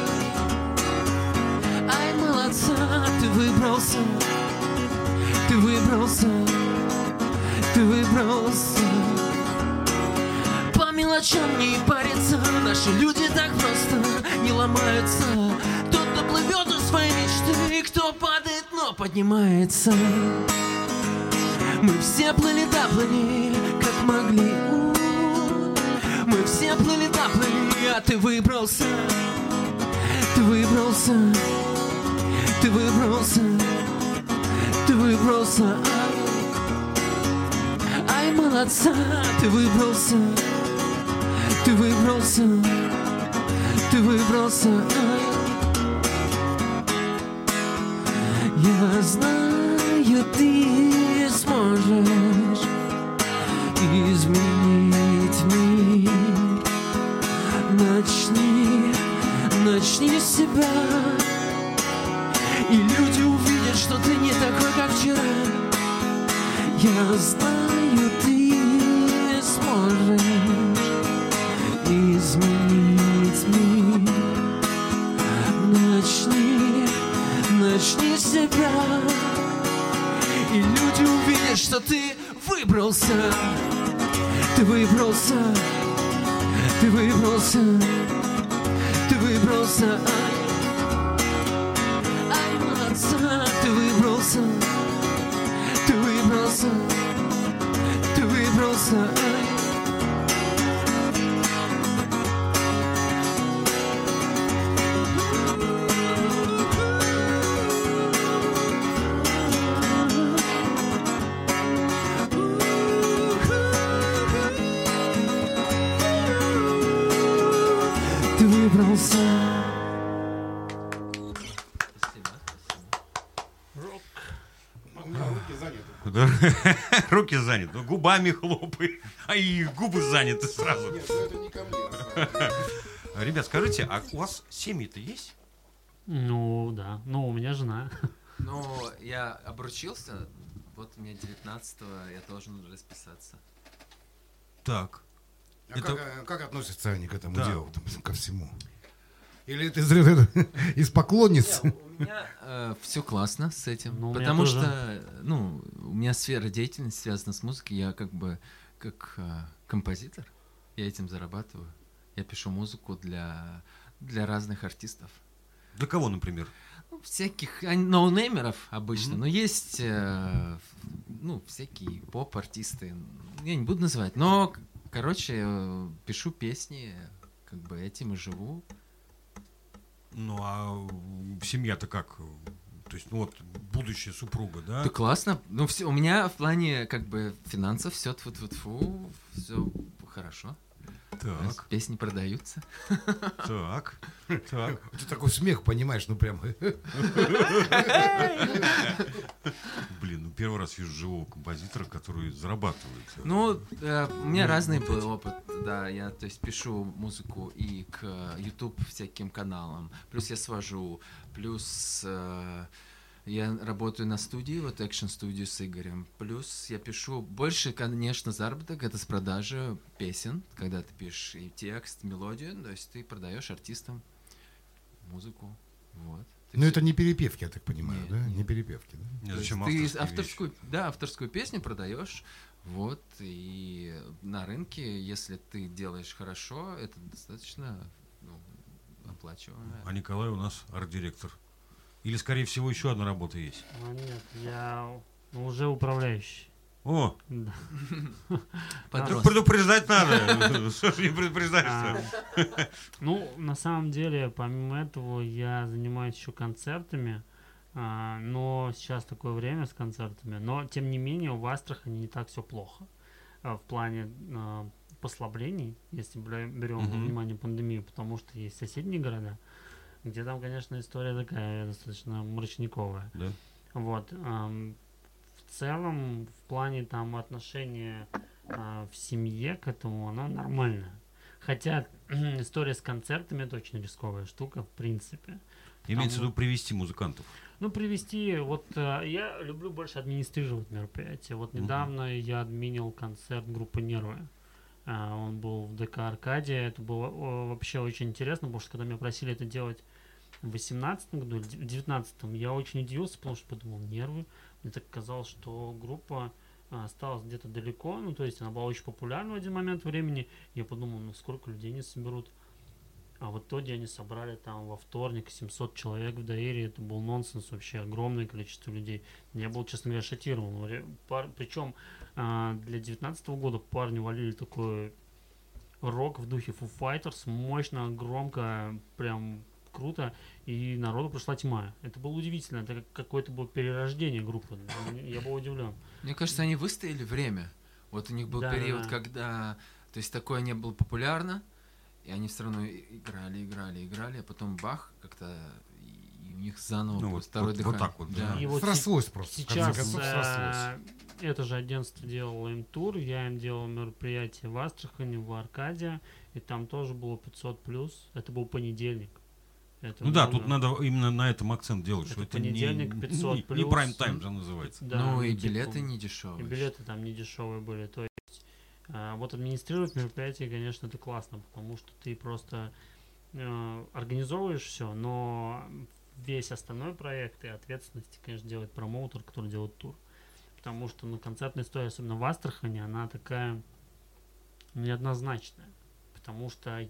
Ай, молодца, ты выбрался. Ты выбрался. Ты выбрался. По милости чем не парится. Наши люди так просто не ломаются. Тот, кто плывет у своей мечты, кто падает, но поднимается. Мы все плыли, да плыли, как могли. Мы все плыли, да плыли, а ты выбрался. Ты выбрался. Ты выбрался. Ты выбрался. Ай, молодца, ты выбрался. Ты выбрался. Ты выбрался. Ай. Я знаю, ты сможешь изменить мир. Начни, начни с себя, и люди увидят, что ты не такой, как вчера. Я знаю, ты сможешь изменить мир. Начни, начни с себя, и люди увидят, что ты выбрался. Ты выбрался. Ты выбрался. Ты выбрался. Ай, молодца, ты выбрался. Ты выбрался. Ты выбрался. Ай. Ты выбрался. Руки заняты, ну, губами хлопай, а и губы заняты сразу. Нет, ну это не ко мне, на самом деле. Ребят, скажите, а у вас семьи-то есть? Ну, да. Ну, у меня жена. Ну, я обручился, вот мне девятнадцатого я должен расписаться. Так. А Это- как, а как относятся они к этому Да. делу, там, ко всему? Или это из, это, из поклонниц? Не, у меня все классно с этим, Ну, у меня потому тоже. что, ну, у меня сфера деятельности связана с музыкой, я как бы как э, композитор, я этим зарабатываю, я пишу музыку для для разных артистов, Для кого, например? ну, всяких а, ноунеймеров обычно, Мгм. но есть э, ну всякие поп-артисты, я не буду называть, но к- короче э, пишу песни, как бы этим и живу. Ну, а семья-то как? То есть, ну вот, будущая супруга, да? Да классно. Ну, все, у меня в плане как бы финансов все тьфу-тьфу-тьфу, все хорошо. Так, Песни продаются. так, так. Ты такой смех, понимаешь, ну прям. Блин, ну первый раз вижу живого композитора, который зарабатывает. Ну, э, у меня Ну, разный вот был эти. опыт, да, я, то есть, пишу музыку и к э, YouTube всяким каналам, плюс я свожу, плюс э, я работаю на студии, вот Action Studio с Игорем, плюс я пишу, больше, конечно, заработок, это с продажи песен, когда ты пишешь и текст, мелодию, то есть ты продаешь артистам музыку, вот. Ты Ну всё- это не перепевки, я так понимаю, Нет, да? нет. Не перепевки, да? Не, то зачем есть ты авторские авторскую, да, авторскую песню продаешь, вот, и на рынке, если ты делаешь хорошо, это достаточно ну, оплачиваемо. вещи? А Николай у нас арт-директор. Или, скорее всего, еще одна работа есть. А нет, я уже управляющий. О, Да. Подрос. предупреждать надо. Что ж не предупреждаешь? А, Ну, на самом деле, помимо этого, я занимаюсь еще концертами. а, Но сейчас такое время с концертами. Но, тем не менее, в Астрахани не так все плохо. а, В плане а, послаблений, если бля- берем во Мгм. внимание пандемию, потому что есть соседние города, где там, конечно, история такая достаточно мрачниковая. Да. Вот. ам, В целом, в плане там отношения а, в семье к этому, она нормальная. Хотя история с концертами это очень рисковая штука, в принципе. Имеется в Там- виду привести музыкантов. Ну, привести, вот э, я люблю больше администрировать мероприятия. Вот Мгм. недавно я админил концерт группы Нервы. А, он был в ДК Аркадия. Это было о, вообще очень интересно, потому что когда меня просили это делать в восемнадцатом году, или в девятнадцатом, я очень удивился, потому что подумал, Нервы. Мне так казалось, что группа а, осталась где-то далеко, ну, то есть она была очень популярна в один момент времени. Я подумал, ну, сколько людей они соберут. А в итоге они собрали там во вторник семьсот человек в Даире. Это был нонсенс вообще, огромное количество людей. Я был, честно говоря, шокирован. Пар... Причем а, для девятнадцатого года парни валили такой рок в духе Foo Fighters. Мощно, громко, прям круто. И народу пришла тьма. Это было удивительно. Это как какое-то было перерождение группы. Я был удивлен. Мне кажется, они выстояли время. Вот у них был Да, период, да. когда... То есть такое не было популярно. И они все равно играли, играли, играли, а потом бах, как-то и у них заново Ну, вот- второе вот- дыхание. вот так вот, да. И вот Срослось просто. в конце сейчас концов, срослось. э, это же агентство делало им тур, я им делал мероприятие в Астрахани, в Аркадии, и там тоже было пятьсот плюс. Это был понедельник. Это Ну да, много. тут надо именно на этом акцент делать, Это что это не, понедельник, пятьсот не, не плюс. прайм-тайм же называется. Да, Ну и типа, билеты не дешевые. И билеты там не дешевые были. То есть а, вот администрировать мероприятие, конечно, это классно, потому что ты просто э, организовываешь все, но весь остальной проект и ответственности, конечно, делает промоутер, который делает тур. Потому что ну, концертная история, особенно в Астрахани, она такая неоднозначная. Потому что,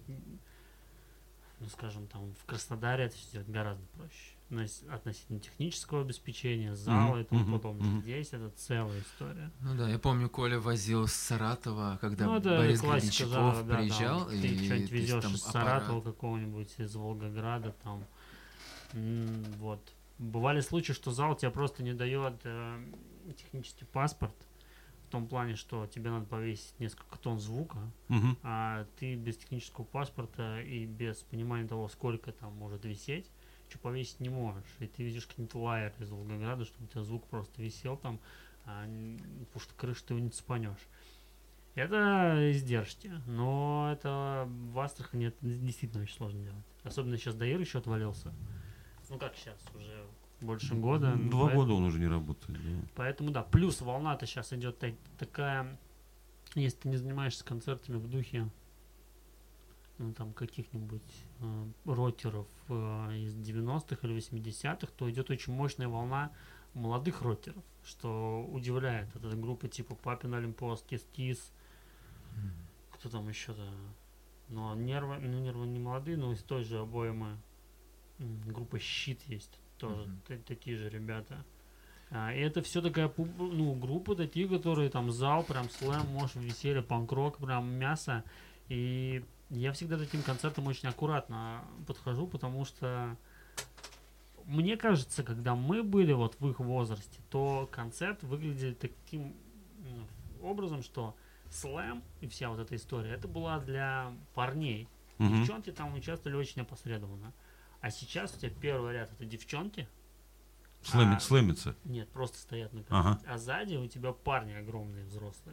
ну, скажем, там в Краснодаре это все делать гораздо проще. Нас- Относительно технического обеспечения, зала Мгм, и тому мгм, подобное. мгм. Здесь это целая история. Ну да, я помню, Коля возил с Саратова, когда Ну, это Борис классика, Гребенщиков да, да, приезжал. там, и ты что-нибудь то есть везешь там из аппарат. Саратова какого-нибудь, из Волгограда, там, м, вот. Бывали случаи, что зал тебе просто не дает э, технический паспорт, в том плане, что тебе надо повесить несколько тонн звука, Мгм. а ты без технического паспорта и без понимания того, сколько там может висеть, что повесить не можешь. И ты видишь какие-то лайеры из Волгограда, чтобы у тебя звук просто висел там, а, н- потому что крышу ты его не цепанешь. Это издержки, но это в Астрахани это действительно очень сложно делать. Особенно сейчас Даир еще отвалился. Ну как сейчас, уже больше года. Два Поэт- года он уже не работает. Да. Поэтому да, плюс волна-то сейчас идет та- такая, если ты не занимаешься концертами в духе, ну там каких-нибудь э, рокеров э, из девяностых или восьмидесятых, то идет очень мощная волна молодых рокеров, что удивляет. Это группы типа Папин Олимпос, Кис Кис, кто там еще-то, ну нервы, ну нервы не молодые, но из той же обоймы. М, группа Щит есть тоже, Мгм. та- такие же ребята. А, и это все такая пуб- ну, группа такие, которые там зал, прям слэм, может, веселье, панк-рок, прям мясо. И я всегда к таким концертам очень аккуратно подхожу, потому что мне кажется, когда мы были вот в их возрасте, то концерт выглядел таким ну, образом, что слэм и вся вот эта история, это была для парней. Мгм. Девчонки там участвовали очень опосредованно. А сейчас у тебя первый ряд это девчонки. Слэми- А, слэмится. Нет, просто стоят на Ага. А сзади у тебя парни огромные, взрослые.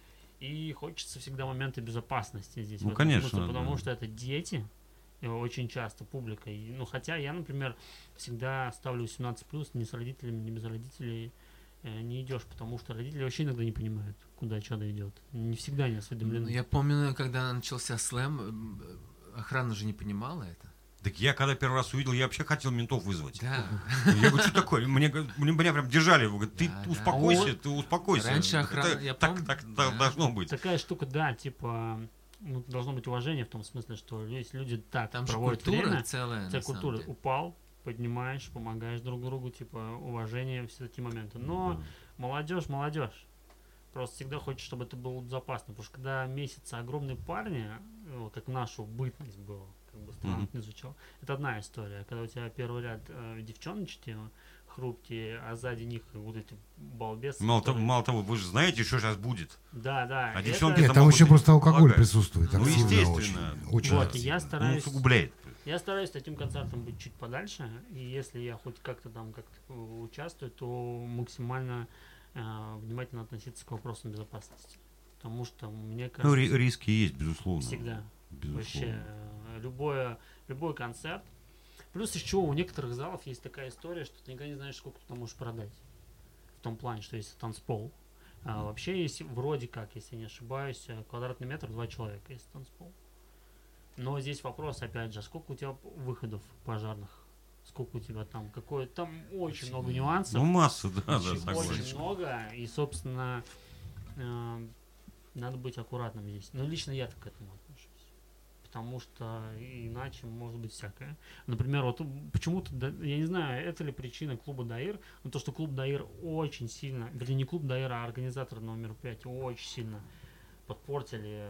И хочется всегда моменты безопасности здесь. Ну, в этом конечно, смысле, потому да. что это дети, и очень часто публика. И, ну, хотя я, например, всегда ставлю восемнадцать плюс, ни с родителями, ни без родителей э, не идешь, потому что родители вообще иногда не понимают, куда чадо идет. Не всегда не осведомлены. Ну, я помню, когда начался слэм, м, охрана же не понимала это. Так я когда первый раз увидел, я вообще хотел ментов вызвать. Да. Я говорю, что такое? Мне, г- мне, меня прям держали. Говорят, ты Да, да. успокойся, Вот. ты успокойся. Раньше Это охрана- я так, помню, так да. должно быть. Такая штука, да, типа, ну, должно быть уважение в том смысле, что есть люди так Там же проводят культура время. целая, У тебя на самом культура деле. упал, поднимаешь, помогаешь друг другу, типа уважение, все такие моменты. Но молодежь, молодежь. Просто всегда хочешь, чтобы это было безопасно. Потому что когда месяца огромные парни, ну, как нашу бытность была, как бы странно Мгм. это не звучало, это одна история. Когда у тебя первый ряд э, девчоночки хрупкие, а сзади них вот эти балбесы. Мало, того, которые- мало того, вы же знаете, что сейчас будет. Да, да. А это- девчонки Нет, это там могут еще быть просто алкоголь благо. присутствует. Ну, активно естественно. Очень, очень Вот, и я активно. Он стараюсь... усугубляет. Я стараюсь с этим концертом быть чуть подальше, и если я хоть как-то там как-то э, участвую, то максимально э, внимательно относиться к вопросам безопасности. Потому что мне кажется, Ну, ри- риски есть, безусловно. всегда Безусловно. вообще э, любое, любой концерт. Плюс еще у некоторых залов есть такая история, что ты никогда не знаешь, сколько ты там можешь продать. В том плане, что если танцпол. А вообще есть вроде как, если я не ошибаюсь, э, квадратный метр два человека, если танцпол. Но здесь вопрос, опять же, сколько у тебя выходов пожарных? Сколько у тебя там? Какое там очень много нюансов. Ну, масса, да, да, очень, согласен. очень много. И, собственно, э, надо быть аккуратным здесь. Но лично я так к этому отношусь. Потому что иначе может быть всякое. Например, вот почему-то, я не знаю, это ли причина клуба Даир, но то, что клуб Даир очень сильно, вернее, не клуб Даир, а организатор этого мероприятия очень сильно подпортили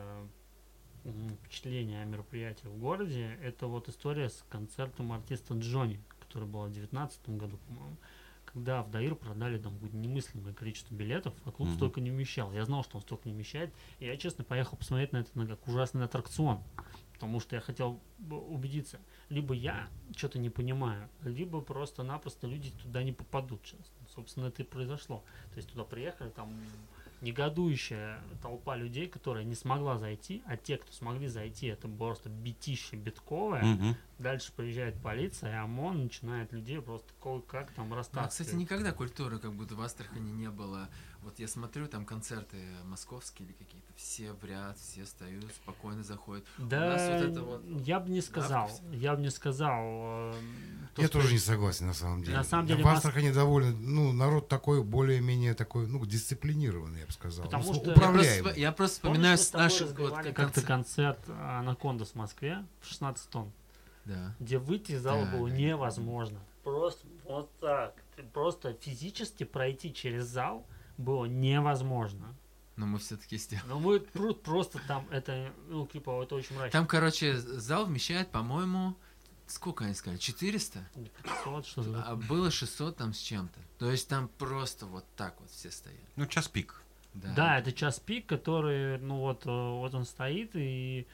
впечатление о мероприятии в городе. Это вот история с концертом артиста Джонни, который был в две тысячи девятнадцатом году, по-моему, когда в Даир продали там немыслимое количество билетов, а клуб mm-hmm. столько не вмещал. Я знал, что он столько не вмещает, и я, честно, поехал посмотреть на это на как ужасный аттракцион, потому что я хотел убедиться, либо я что-то не понимаю, либо просто-напросто люди туда не попадут сейчас. Собственно, это и произошло. То есть туда приехали, там негодующая толпа людей, которая не смогла зайти, а те, кто смогли зайти, это просто битище битковое. Mm-hmm. Дальше приезжает полиция, и ОМОН начинает людей просто как там растаскивать. А, кстати, никогда культуры как будто в Астрахани не было. Вот я смотрю, там концерты московские или какие-то, все в ряд, все встают, спокойно заходят. Да, вот это вот, я бы не сказал, да, я бы не сказал. Э, то, я что... тоже не согласен, на самом деле. На самом деле в Астрахани Мос... довольно, ну, народ такой, более-менее такой, ну, дисциплинированный, я бы сказал. Потому ну, что управляемый. Я просто, я просто вспоминаю с наших вот как как-то концерт Анакондас в Москве в шестнадцать тонн. Да. Где выйти из зала да, было да. невозможно. Просто вот так. Просто физически пройти через зал было невозможно. Но мы все-таки сделали. Но мы просто там, это, ну, типа, это очень мрачно. Там, короче, зал вмещает, по-моему, сколько они сказали, четыреста? пятьсот, что-то. А было шестьсот там с чем-то. То есть там просто вот так вот все стоят. Ну, час пик. Да, да это час пик, который, ну, вот, вот он стоит и...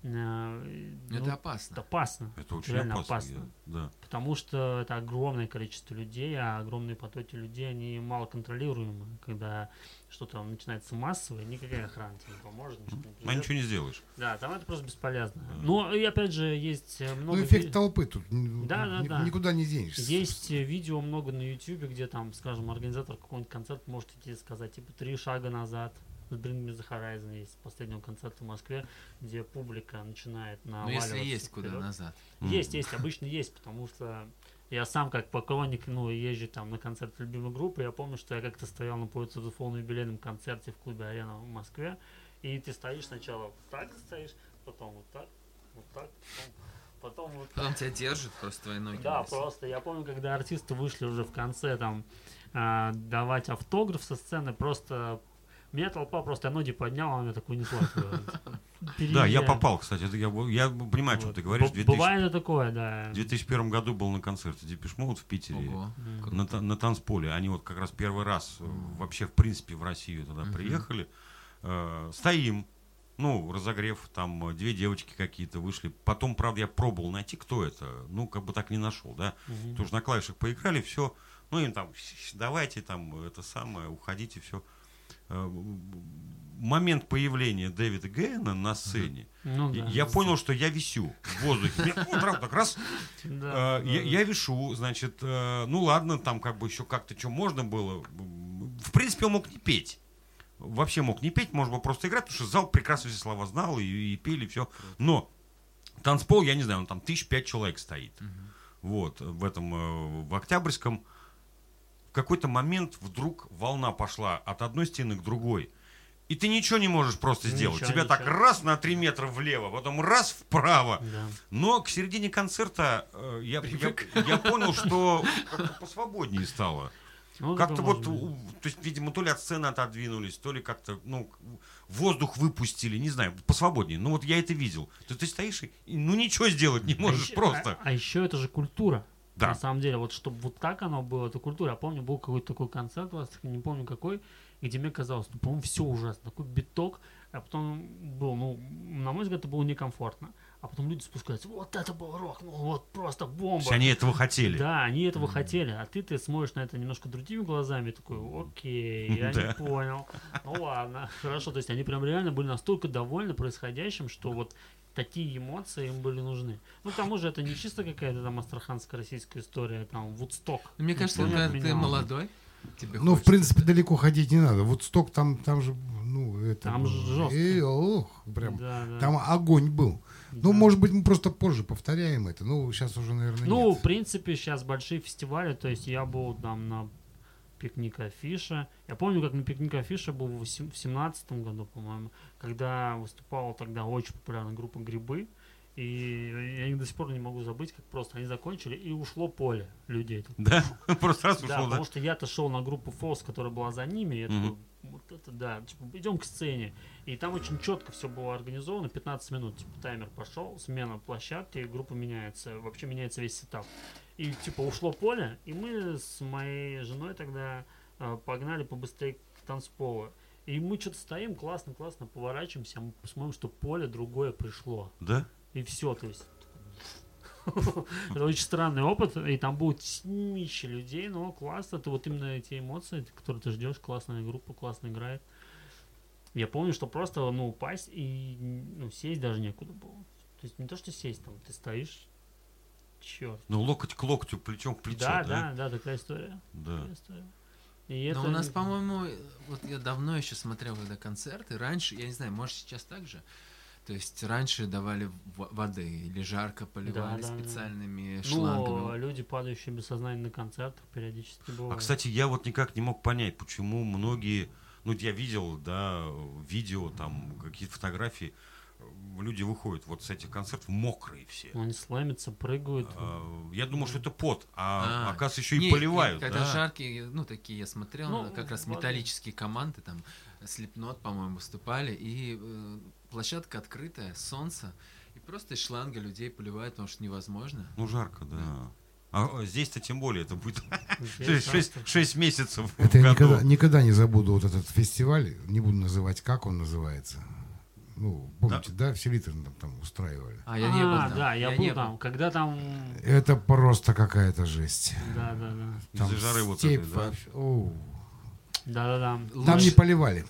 Ну, ну, это опасно. Это опасно. Это очень реально опасно. опасно. Я, да. Потому что это огромное количество людей, а огромные потоки людей, они мало контролируемы. Когда что-то начинается массовое, никакая охрана тебе не поможет. Ну, а ничего не сделаешь. Да, там это просто бесполезно. Да. Но и опять же есть много... Ну, эффект ви... толпы тут да, да, ни, да. никуда не денешься. Есть видео много на ютубе, где там, скажем, организатор какого-нибудь концерта может идти и сказать, типа, три шага назад. Bring Me The Horizon есть последнего концерта в Москве, где публика начинает наваливаться. Ну, если есть вперед. куда назад. Есть, есть, обычно есть, потому что я сам как поклонник, ну, езжу там на концерт любимой группы, я помню, что я как-то стоял на Poets of the Fall на юбилейном концерте в клубе Арена в Москве, и ты стоишь сначала вот так стоишь, потом вот так, вот так, потом, потом вот так. Потом тебя держат, просто твои ноги. Да, висят. просто я помню, когда артисты вышли уже в конце там э, давать автограф со сцены, просто меня толпа просто ноги подняла, она меня так унесла. Да, я попал, кстати. Я, я понимаю, о чем ты говоришь. Бывает такое, да. В две тысячи первом году был на концерте Депеш Мод в Питере. На, на танцполе. Они вот как раз первый раз вообще, в принципе, в Россию туда приехали. Стоим. Ну, разогрев, там две девочки какие-то вышли. Потом, правда, я пробовал найти, кто это. Ну, как бы так не нашел, да. Угу. Тоже на клавишах поиграли, все. Ну, им там, давайте там это самое, уходите, все. Момент появления Дэвида Гейна на сцене, ну, да, я да. понял, что я висю в воздухе. Ну, правда, так раз, да, э, я, да. я вишу, значит, э, ну ладно, там как бы еще как-то что можно было. В принципе, он мог не петь. Вообще мог не петь, можно было просто играть, потому что зал прекрасно все слова знал и, и пели, все. Но танцпол, я не знаю, он там тысяч пять человек стоит. Вот, в этом, э, в Октябрьском. В какой-то момент вдруг волна пошла от одной стены к другой. И ты ничего не можешь просто сделать. Ничего, Тебя ничего. так раз на три метра влево, потом раз вправо. Да. Но к середине концерта э, я, я, я понял, что как-то посвободнее стало. Ну, Как-то вот, может быть. у- то есть, видимо, то ли от сцены отодвинулись, то ли как-то, ну, воздух выпустили, не знаю, посвободнее. Ну вот я это видел. То ты стоишь и, ну, ничего сделать не можешь а еще, просто. А, а еще это же культура. Да. На самом деле, вот чтобы вот так оно было, это культура. Я помню, был какой-то такой концерт у вас, не помню какой, где мне казалось, ну, по-моему, все ужасно. Такой биток, а потом был, ну, на мой взгляд, это было некомфортно. А потом люди спускаются, вот это был рок, ну вот просто То бомба. есть они этого хотели. Да, они этого хотели, а ты ты смотришь на это немножко другими глазами, такой, окей, я Да. не понял. Ну ладно, хорошо, то есть они прям реально были настолько довольны происходящим, что вот такие эмоции им были нужны. Ну, к тому же это не чисто какая-то там астраханско-российская история, там, Вудсток. Мне кажется, Никто не когда ты отменял. молодой, тебе Ну, в хочется. принципе, далеко ходить не надо. Вот сток там, там же, ну, это... Там было. жестко. И, ох, прям, Да, да. там огонь был. Да. Ну, может быть, мы просто позже повторяем это. Ну, сейчас уже, наверное, Ну, нет. в принципе, сейчас большие фестивали, то есть я был там на пикник Афиша. Я помню, как на пикник Афиша был в семнадцатом году, по-моему, когда выступала тогда очень популярная группа «Грибы». И я их до сих пор не могу забыть, как просто они закончили, и ушло поле людей. Да? Просто раз Да, ушло, да? потому что я-то шел на группу Фолс, которая была за ними, и я Мгм. такой, вот это да, типа, идем к сцене. И там очень четко все было организовано, пятнадцать минут, типа, таймер пошел, смена площадки, группа меняется, вообще меняется весь сетап. И, типа, ушло поле, и мы с моей женой тогда э, погнали побыстрее к танцполу. И мы что-то стоим, классно-классно, поворачиваемся, мы посмотрим, что поле другое пришло. Да? И все, то есть... Это очень странный опыт, и там будет тьмище людей, но классно, это вот именно эти эмоции, которые ты ждешь, классная группа, классно играет. Я помню, что просто, ну, упасть и, ну, сесть даже некуда было. То есть не то, что сесть, там, ты стоишь, черт. Ну, локоть к локтю, плечом к плечу, Да, да? да, да, такая история. Да. Такая история. И Но это... у нас, по-моему, вот я давно еще смотрел когда концерты, раньше, я не знаю, может сейчас так же, то есть раньше давали в- воды или жарко поливали Да, да, да. специальными Ну, шлангами. люди, падающие без сознания на концертах, периодически бывают. А, кстати, я вот никак не мог понять, почему многие, ну, я видел, да, видео, там, какие-то фотографии, люди выходят вот с этих концертов мокрые все. Ну, они слэмятся, прыгают. А, Я думал, что это пот, а, А, оказывается, еще Не, и поливают, когда да? жаркие, ну, такие я смотрел, Ну, как раз вода. металлические команды, там, Slipknot, по-моему, выступали, и э, площадка открытая, солнце, и просто из шланга людей поливают, потому что невозможно. Ну, жарко, да. А здесь-то тем более, это будет Здесь шесть просто- месяцев в Это я году. никогда, никогда не забуду вот этот фестиваль, не буду называть, как он называется. Ну, помните, да, все литры там, там устраивали. А, я не был А, там. да, я, был не там. Когда там... Это просто какая-то жесть. Да, да, да. Там Из-за жары вот степь этой, да? вообще- оу. Да, да, да. Там Лучше- не поливали.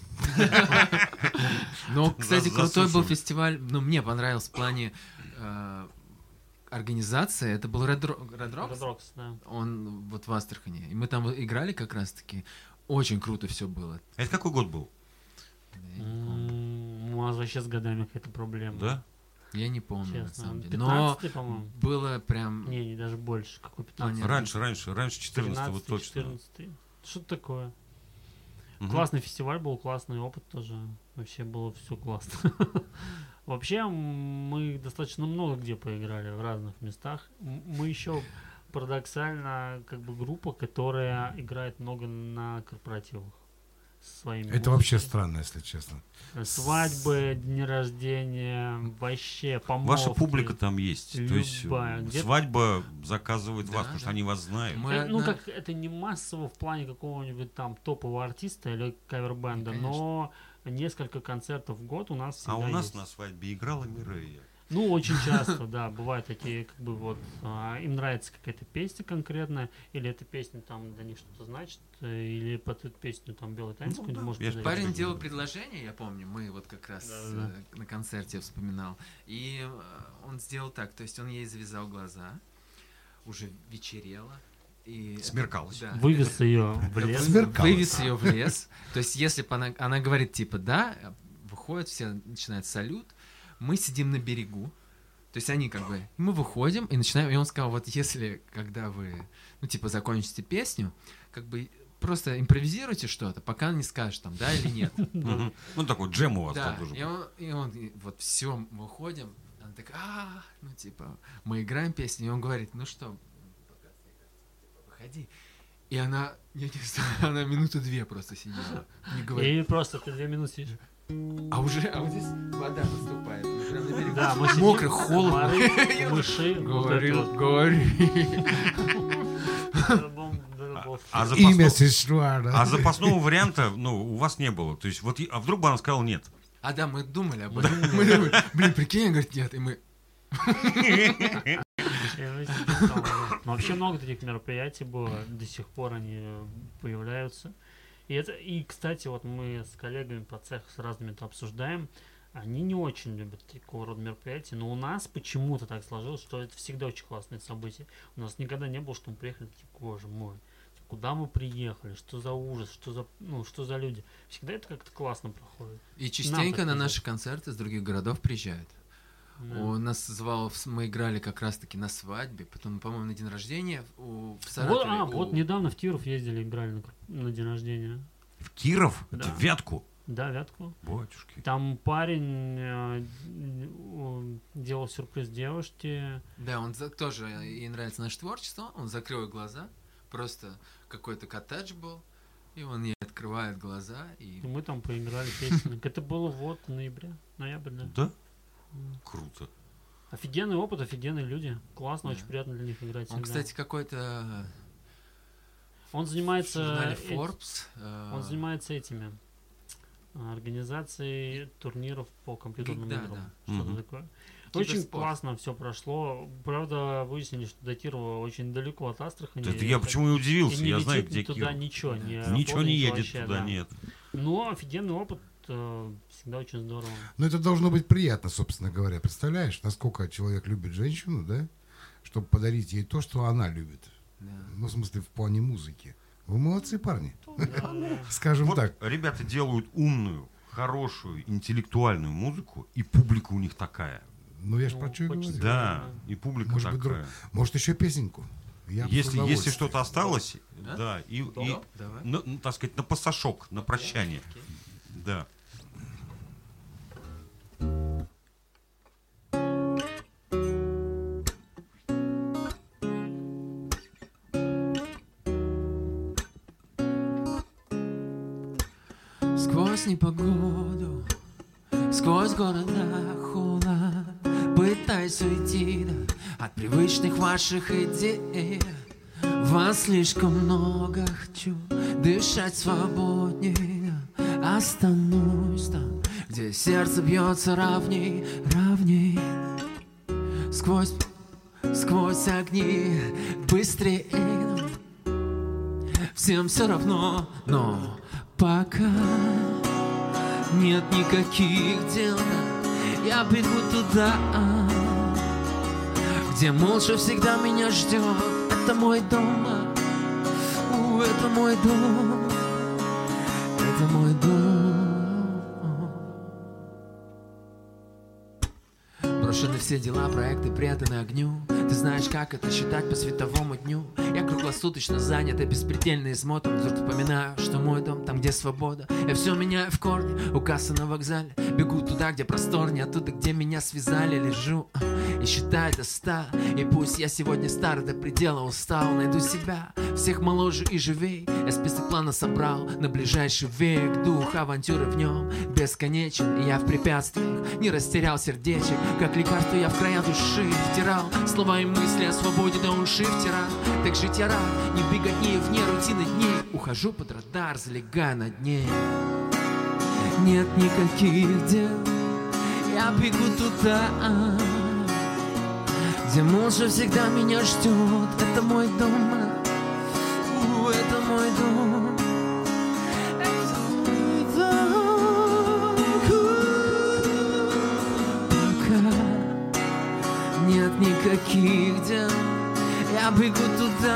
Но, кстати, За- крутой был засушен. фестиваль, ну, мне понравился в плане э, организации, это был Red, Ro- Red Rocks? Red Rocks, да. Он вот в Астрахани, и мы там играли как раз-таки, очень круто все было. Это какой год был? Я не помню. М, У нас вообще с годами какая-то проблема. Да? Я не помню, на Честно. самом деле. Но пятнадцатый, по-моему. было прям... Не, не, даже больше. Какой А, пятнадцатый? нет. Раньше, раньше, раньше четырнадцатого вот точно. четырнадцатый. Что-то такое. Мгм. Классный фестиваль был, классный опыт тоже. Вообще было все классно. Вообще м, мы достаточно много где поиграли в разных местах. М, Мы еще парадоксально как бы группа, которая играет много на корпоративах. Со своими Это вообще музыкой. странно, если честно. Свадьбы, дни рождения, вообще помолвки. Ваша публика там есть. То есть Любая. э, Где- свадьба заказывает Да, вас, потому что да. они вас знают. Мы Э, Ну, одна- как это не массово в плане какого-нибудь там топового артиста или кавербенда, Конечно. но несколько концертов в год у нас всегда А у нас есть. на свадьбе играла Мирея. Ну, очень часто, да, бывают такие, как бы вот, а, им нравится какая-то песня конкретная, или эта песня там для них что-то значит, э, или под эту песню там «Белый танец» Ну, какой-нибудь да, может я ж подойти. Парень Кстати, делал да. предложение, я помню, мы вот как раз Да-да-да. э, на концерте вспоминал. И э, он сделал так, то есть он ей завязал глаза, уже вечерело. И, Смеркалось. Да. Вывез ее в Да, лес. Смеркалось. Вывез ее в лес. То есть, если бы она, она говорит, типа, да, выходит, все начинают салют, мы сидим на берегу. То есть они как бы, мы выходим и начинаем, и он сказал, вот если, когда вы, ну, типа, закончите песню, как бы просто импровизируйте что-то, пока не скажешь там, да или нет. Мгм. Ну, такой джем у вас Да, там должен и быть. он, и он и вот все, выходим, она такая, а, ну типа, мы играем песню, и он говорит, ну что, выходи. И она, я не знаю, она минуты две просто сидела, не говорит. И просто ты две минуты сидишь. А уже, а вот здесь вода наступает, мы прям на берегу. Да, мы сидим, Мокро, холодно. комары, мыши. вот это Говорил, вот. говори. Альбом, да, был. А Имя запасного, сестра, да. а запасного варианта, ну, у вас не было. То есть, вот, и- а вдруг бы она сказала нет. А да, мы думали об этом. Мы думали, блин, прикинь, он говорит, нет, и мы, И мы сидим там, да. Но вообще много таких мероприятий было, до сих пор они э, появляются. И, это, и, кстати, вот мы с коллегами по цеху с разными это обсуждаем, они не очень любят такого рода мероприятия, но у нас почему-то так сложилось, что это всегда очень классные события. У нас никогда не было, что мы приехали, такие, боже мой, куда мы приехали, что за ужас, что за, ну, что за люди. Всегда это как-то классно проходит. и частенько так на везет. наши концерты с других городов приезжают. Да. Он нас звал, в- мы играли как раз-таки на свадьбе, потом, по-моему, на день рождения в- у, в Вот, Саратове. а, у- вот недавно в Киров ездили, играли на, кр- на день рождения. В Киров? Да. Это в Вятку? Да, Вятку. Батюшки. Там парень э, он делал сюрприз девушке. Да, он за- тоже, ей нравится наше творчество, он закрыл глаза, просто какой-то коттедж был, и он ей открывает глаза, и... И мы там поиграли песню. Это было вот в ноябре. Ноябрь, да. Да? Круто. Офигенный опыт, офигенные люди. Классно, Да. очень приятно для них играть. Он, всегда. кстати, какой-то он в занимается, журнале эти- Forbes. э, он занимается этими а, организацией турниров по компьютерным Да, играм. да. Что-то Мгм. такое. Очень Киберспорт. классно все прошло. Правда, выяснили, что до Кирова очень далеко от Астрахани. Это я Это- почему и и удивился. не Я знаю, летит где туда Киров. ничего, не Ничего не работает едет вообще, туда, да. нет. Но офигенный опыт, э, всегда очень здорово. Ну, это должно быть приятно, собственно говоря. Представляешь, насколько человек любит женщину, да? Чтобы подарить ей то, что она любит. Да. Ну, в смысле, в плане музыки. Вы молодцы, парни. Да, да. Скажем Вот так. ребята делают умную, хорошую, интеллектуальную музыку, и публика у них такая. Ну, я ж Ну, про что и хочется- говорю. Да, и публика Может быть, такая. Может, еще песенку? Я бы с Если, если удовольствием. что-то осталось, Да? да, и, и Давай. на- ну, так сказать, на пасашок, на прощание. Окей. Да. Сквозь непогоду, сквозь города холод, пытаюсь уйти да, от привычных ваших идей. Вас слишком много, хочу дышать свободнее. Останусь там, где сердце бьется равней, равней. Сквозь, сквозь огни быстрее. Всем все равно, но пока нет никаких дел, я бегу туда, где молча всегда меня ждет. Это мой дом, у, это мой дом, это мой дом. Брошены все дела, проекты преданы огню. Ты знаешь, как это считать по световому дню. Я круглосуточно занят и беспредельно измотан. Вдруг вспоминаю, что мой дом там, где свобода. Я все меняю в корне, у кассы на вокзале. Бегу туда, где просторнее, оттуда, где меня связали. Лежу и считаю до ста. И пусть я сегодня стар до предела устал, найду себя, всех моложе и живей. Я список плана собрал на ближайший век. Дух авантюры в нем бесконечен, и я в препятствиях не растерял сердечек. Как лекарство я в края души втирал слова и мысли о свободе до уши втирал. Так жить я рад, не в беготне, вне рутины дней. Ухожу под радар, залегая на дне. Нет никаких дел, я бегу туда, где молча всегда меня ждет. Это мой дом, у, это мой дом, это мой дом. Пока нет никаких дел, я бегу туда,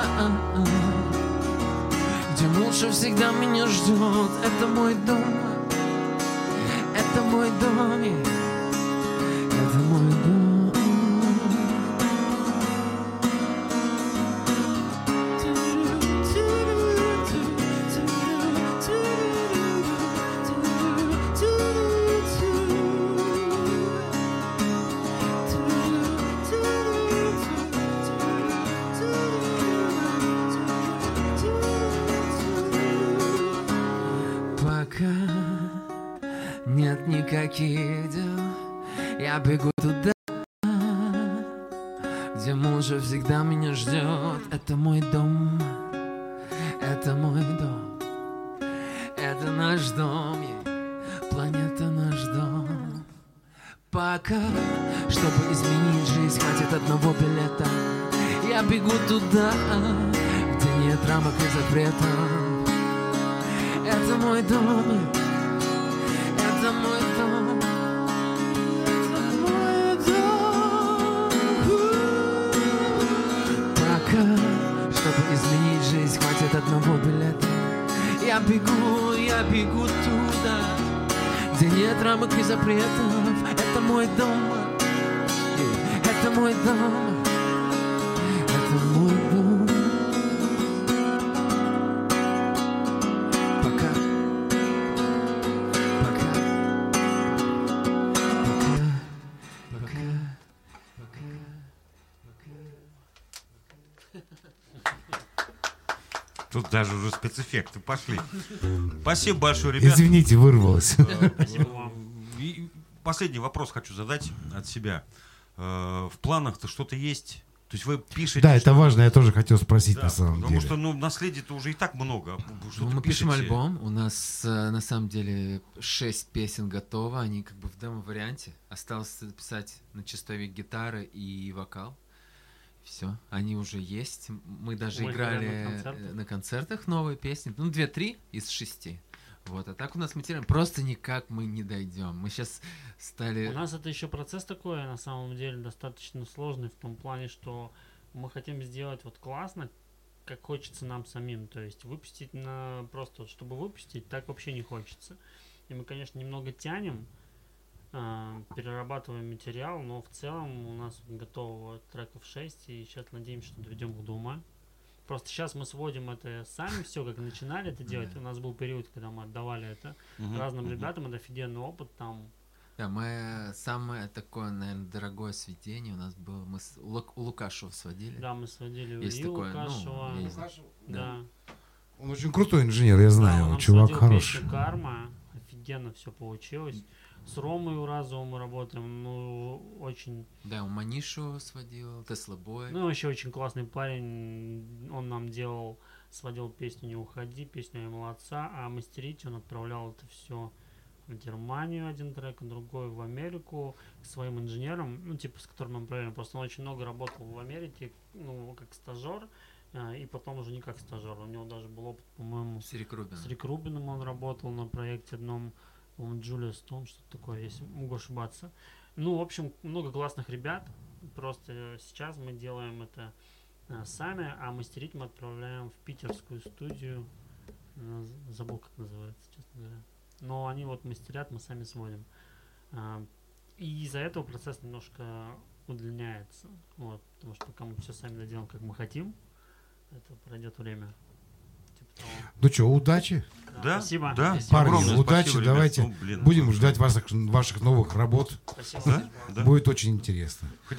где молча всегда меня ждет. Это мой дом, это мой дом, это мой дом. Пока нет никаких дел, я бегу туда, где мужа всегда меня ждет. Это мой дом, это мой дом, это наш дом, yeah. Планета наш дом. Пока, чтобы изменить жизнь, хватит одного билета. Я бегу туда, где нет рамок и запретов. Это мой дом, это мой дом, это мой дом. Пока, чтобы изменить жизнь, хватит одного билета. Я бегу, я бегу туда, где нет рамок и запретов. Это мой дом, это мой дом, это мой дом. Пока, пока, пока, пока, Тут даже уже спецэффекты пошли. Спасибо большое, ребята. Извините, вырвалось. Спасибо вам. И последний вопрос хочу задать от себя. Э, В планах-то что-то есть? То есть вы пишете... Да, это важно, я тоже хотел спросить Да, на самом потому деле. что ну, наследия-то уже и так много. Что Ну, ты мы пишем пишете? альбом, у нас э, на самом деле шесть песен готово, они как бы в демо-варианте. Осталось записать на чистовик гитары и вокал. Все, они уже есть. Мы даже Мы играли играем на э, концертах. на концертах новые песни. Ну, две-три из шести. Вот, а так у нас материал. Просто никак мы не дойдем. Мы сейчас стали... У нас это еще процесс такой, на самом деле, достаточно сложный в том плане, что мы хотим сделать вот классно, как хочется нам самим. То есть выпустить на просто, вот, чтобы выпустить, так вообще не хочется. И мы, конечно, немного тянем, э, перерабатываем материал, но в целом у нас готово треков шесть, и сейчас надеемся, что доведем их до ума. Просто сейчас мы сводим это сами, все, как начинали это делать. У нас был период, когда мы отдавали это Мгм, разным мгм. ребятам, это офигенный опыт, там Да, мы самое такое, наверное, дорогое сведение у нас было. Мы с, у, Лук- у Лукашева сводили. Да, мы сводили у Есть Ильи такое, ну, Лукашева. я не знаю. Да. Он очень крутой инженер, я Да, знаю, он нам чувак сводил хороший. песню «Карма». Офигенно все получилось. С Ромой Уразовым мы работаем, ну, очень... Да, у Манишева сводил, Тесла Бой. Ну, вообще очень классный парень. Он нам делал, сводил песню «Не уходи», песню «Я молодца», а мастерить он отправлял это все в Германию, один трек, а другой в Америку, к своим инженерам, ну, типа, с которыми мы проверяем. Просто он очень много работал в Америке, ну, как стажер, а, и потом уже не как стажер. У него даже был опыт, по-моему, с Рик Рубином. с Рик Рубином он работал на проекте одном, по-моему, Джулия Стоун, что-то такое, если могу ошибаться. Ну, в общем, много классных ребят. Просто сейчас мы делаем это а, сами, а мастерить мы отправляем в питерскую студию. А, з- забыл, как называется, честно говоря. Но они вот мастерят, мы сами сводим. А, и из-за этого процесс немножко удлиняется. Вот, потому что пока мы все сами доделаем, как мы хотим, это пройдет время. Типа того. Ну что, удачи. Да, Спасибо. да. Спасибо. Парни, Огромное удачи, спасибо, ребят. давайте Ну, блин, Будем ну, ждать ваших, ваших новых работ. Спасибо. Да? Да? Будет очень интересно.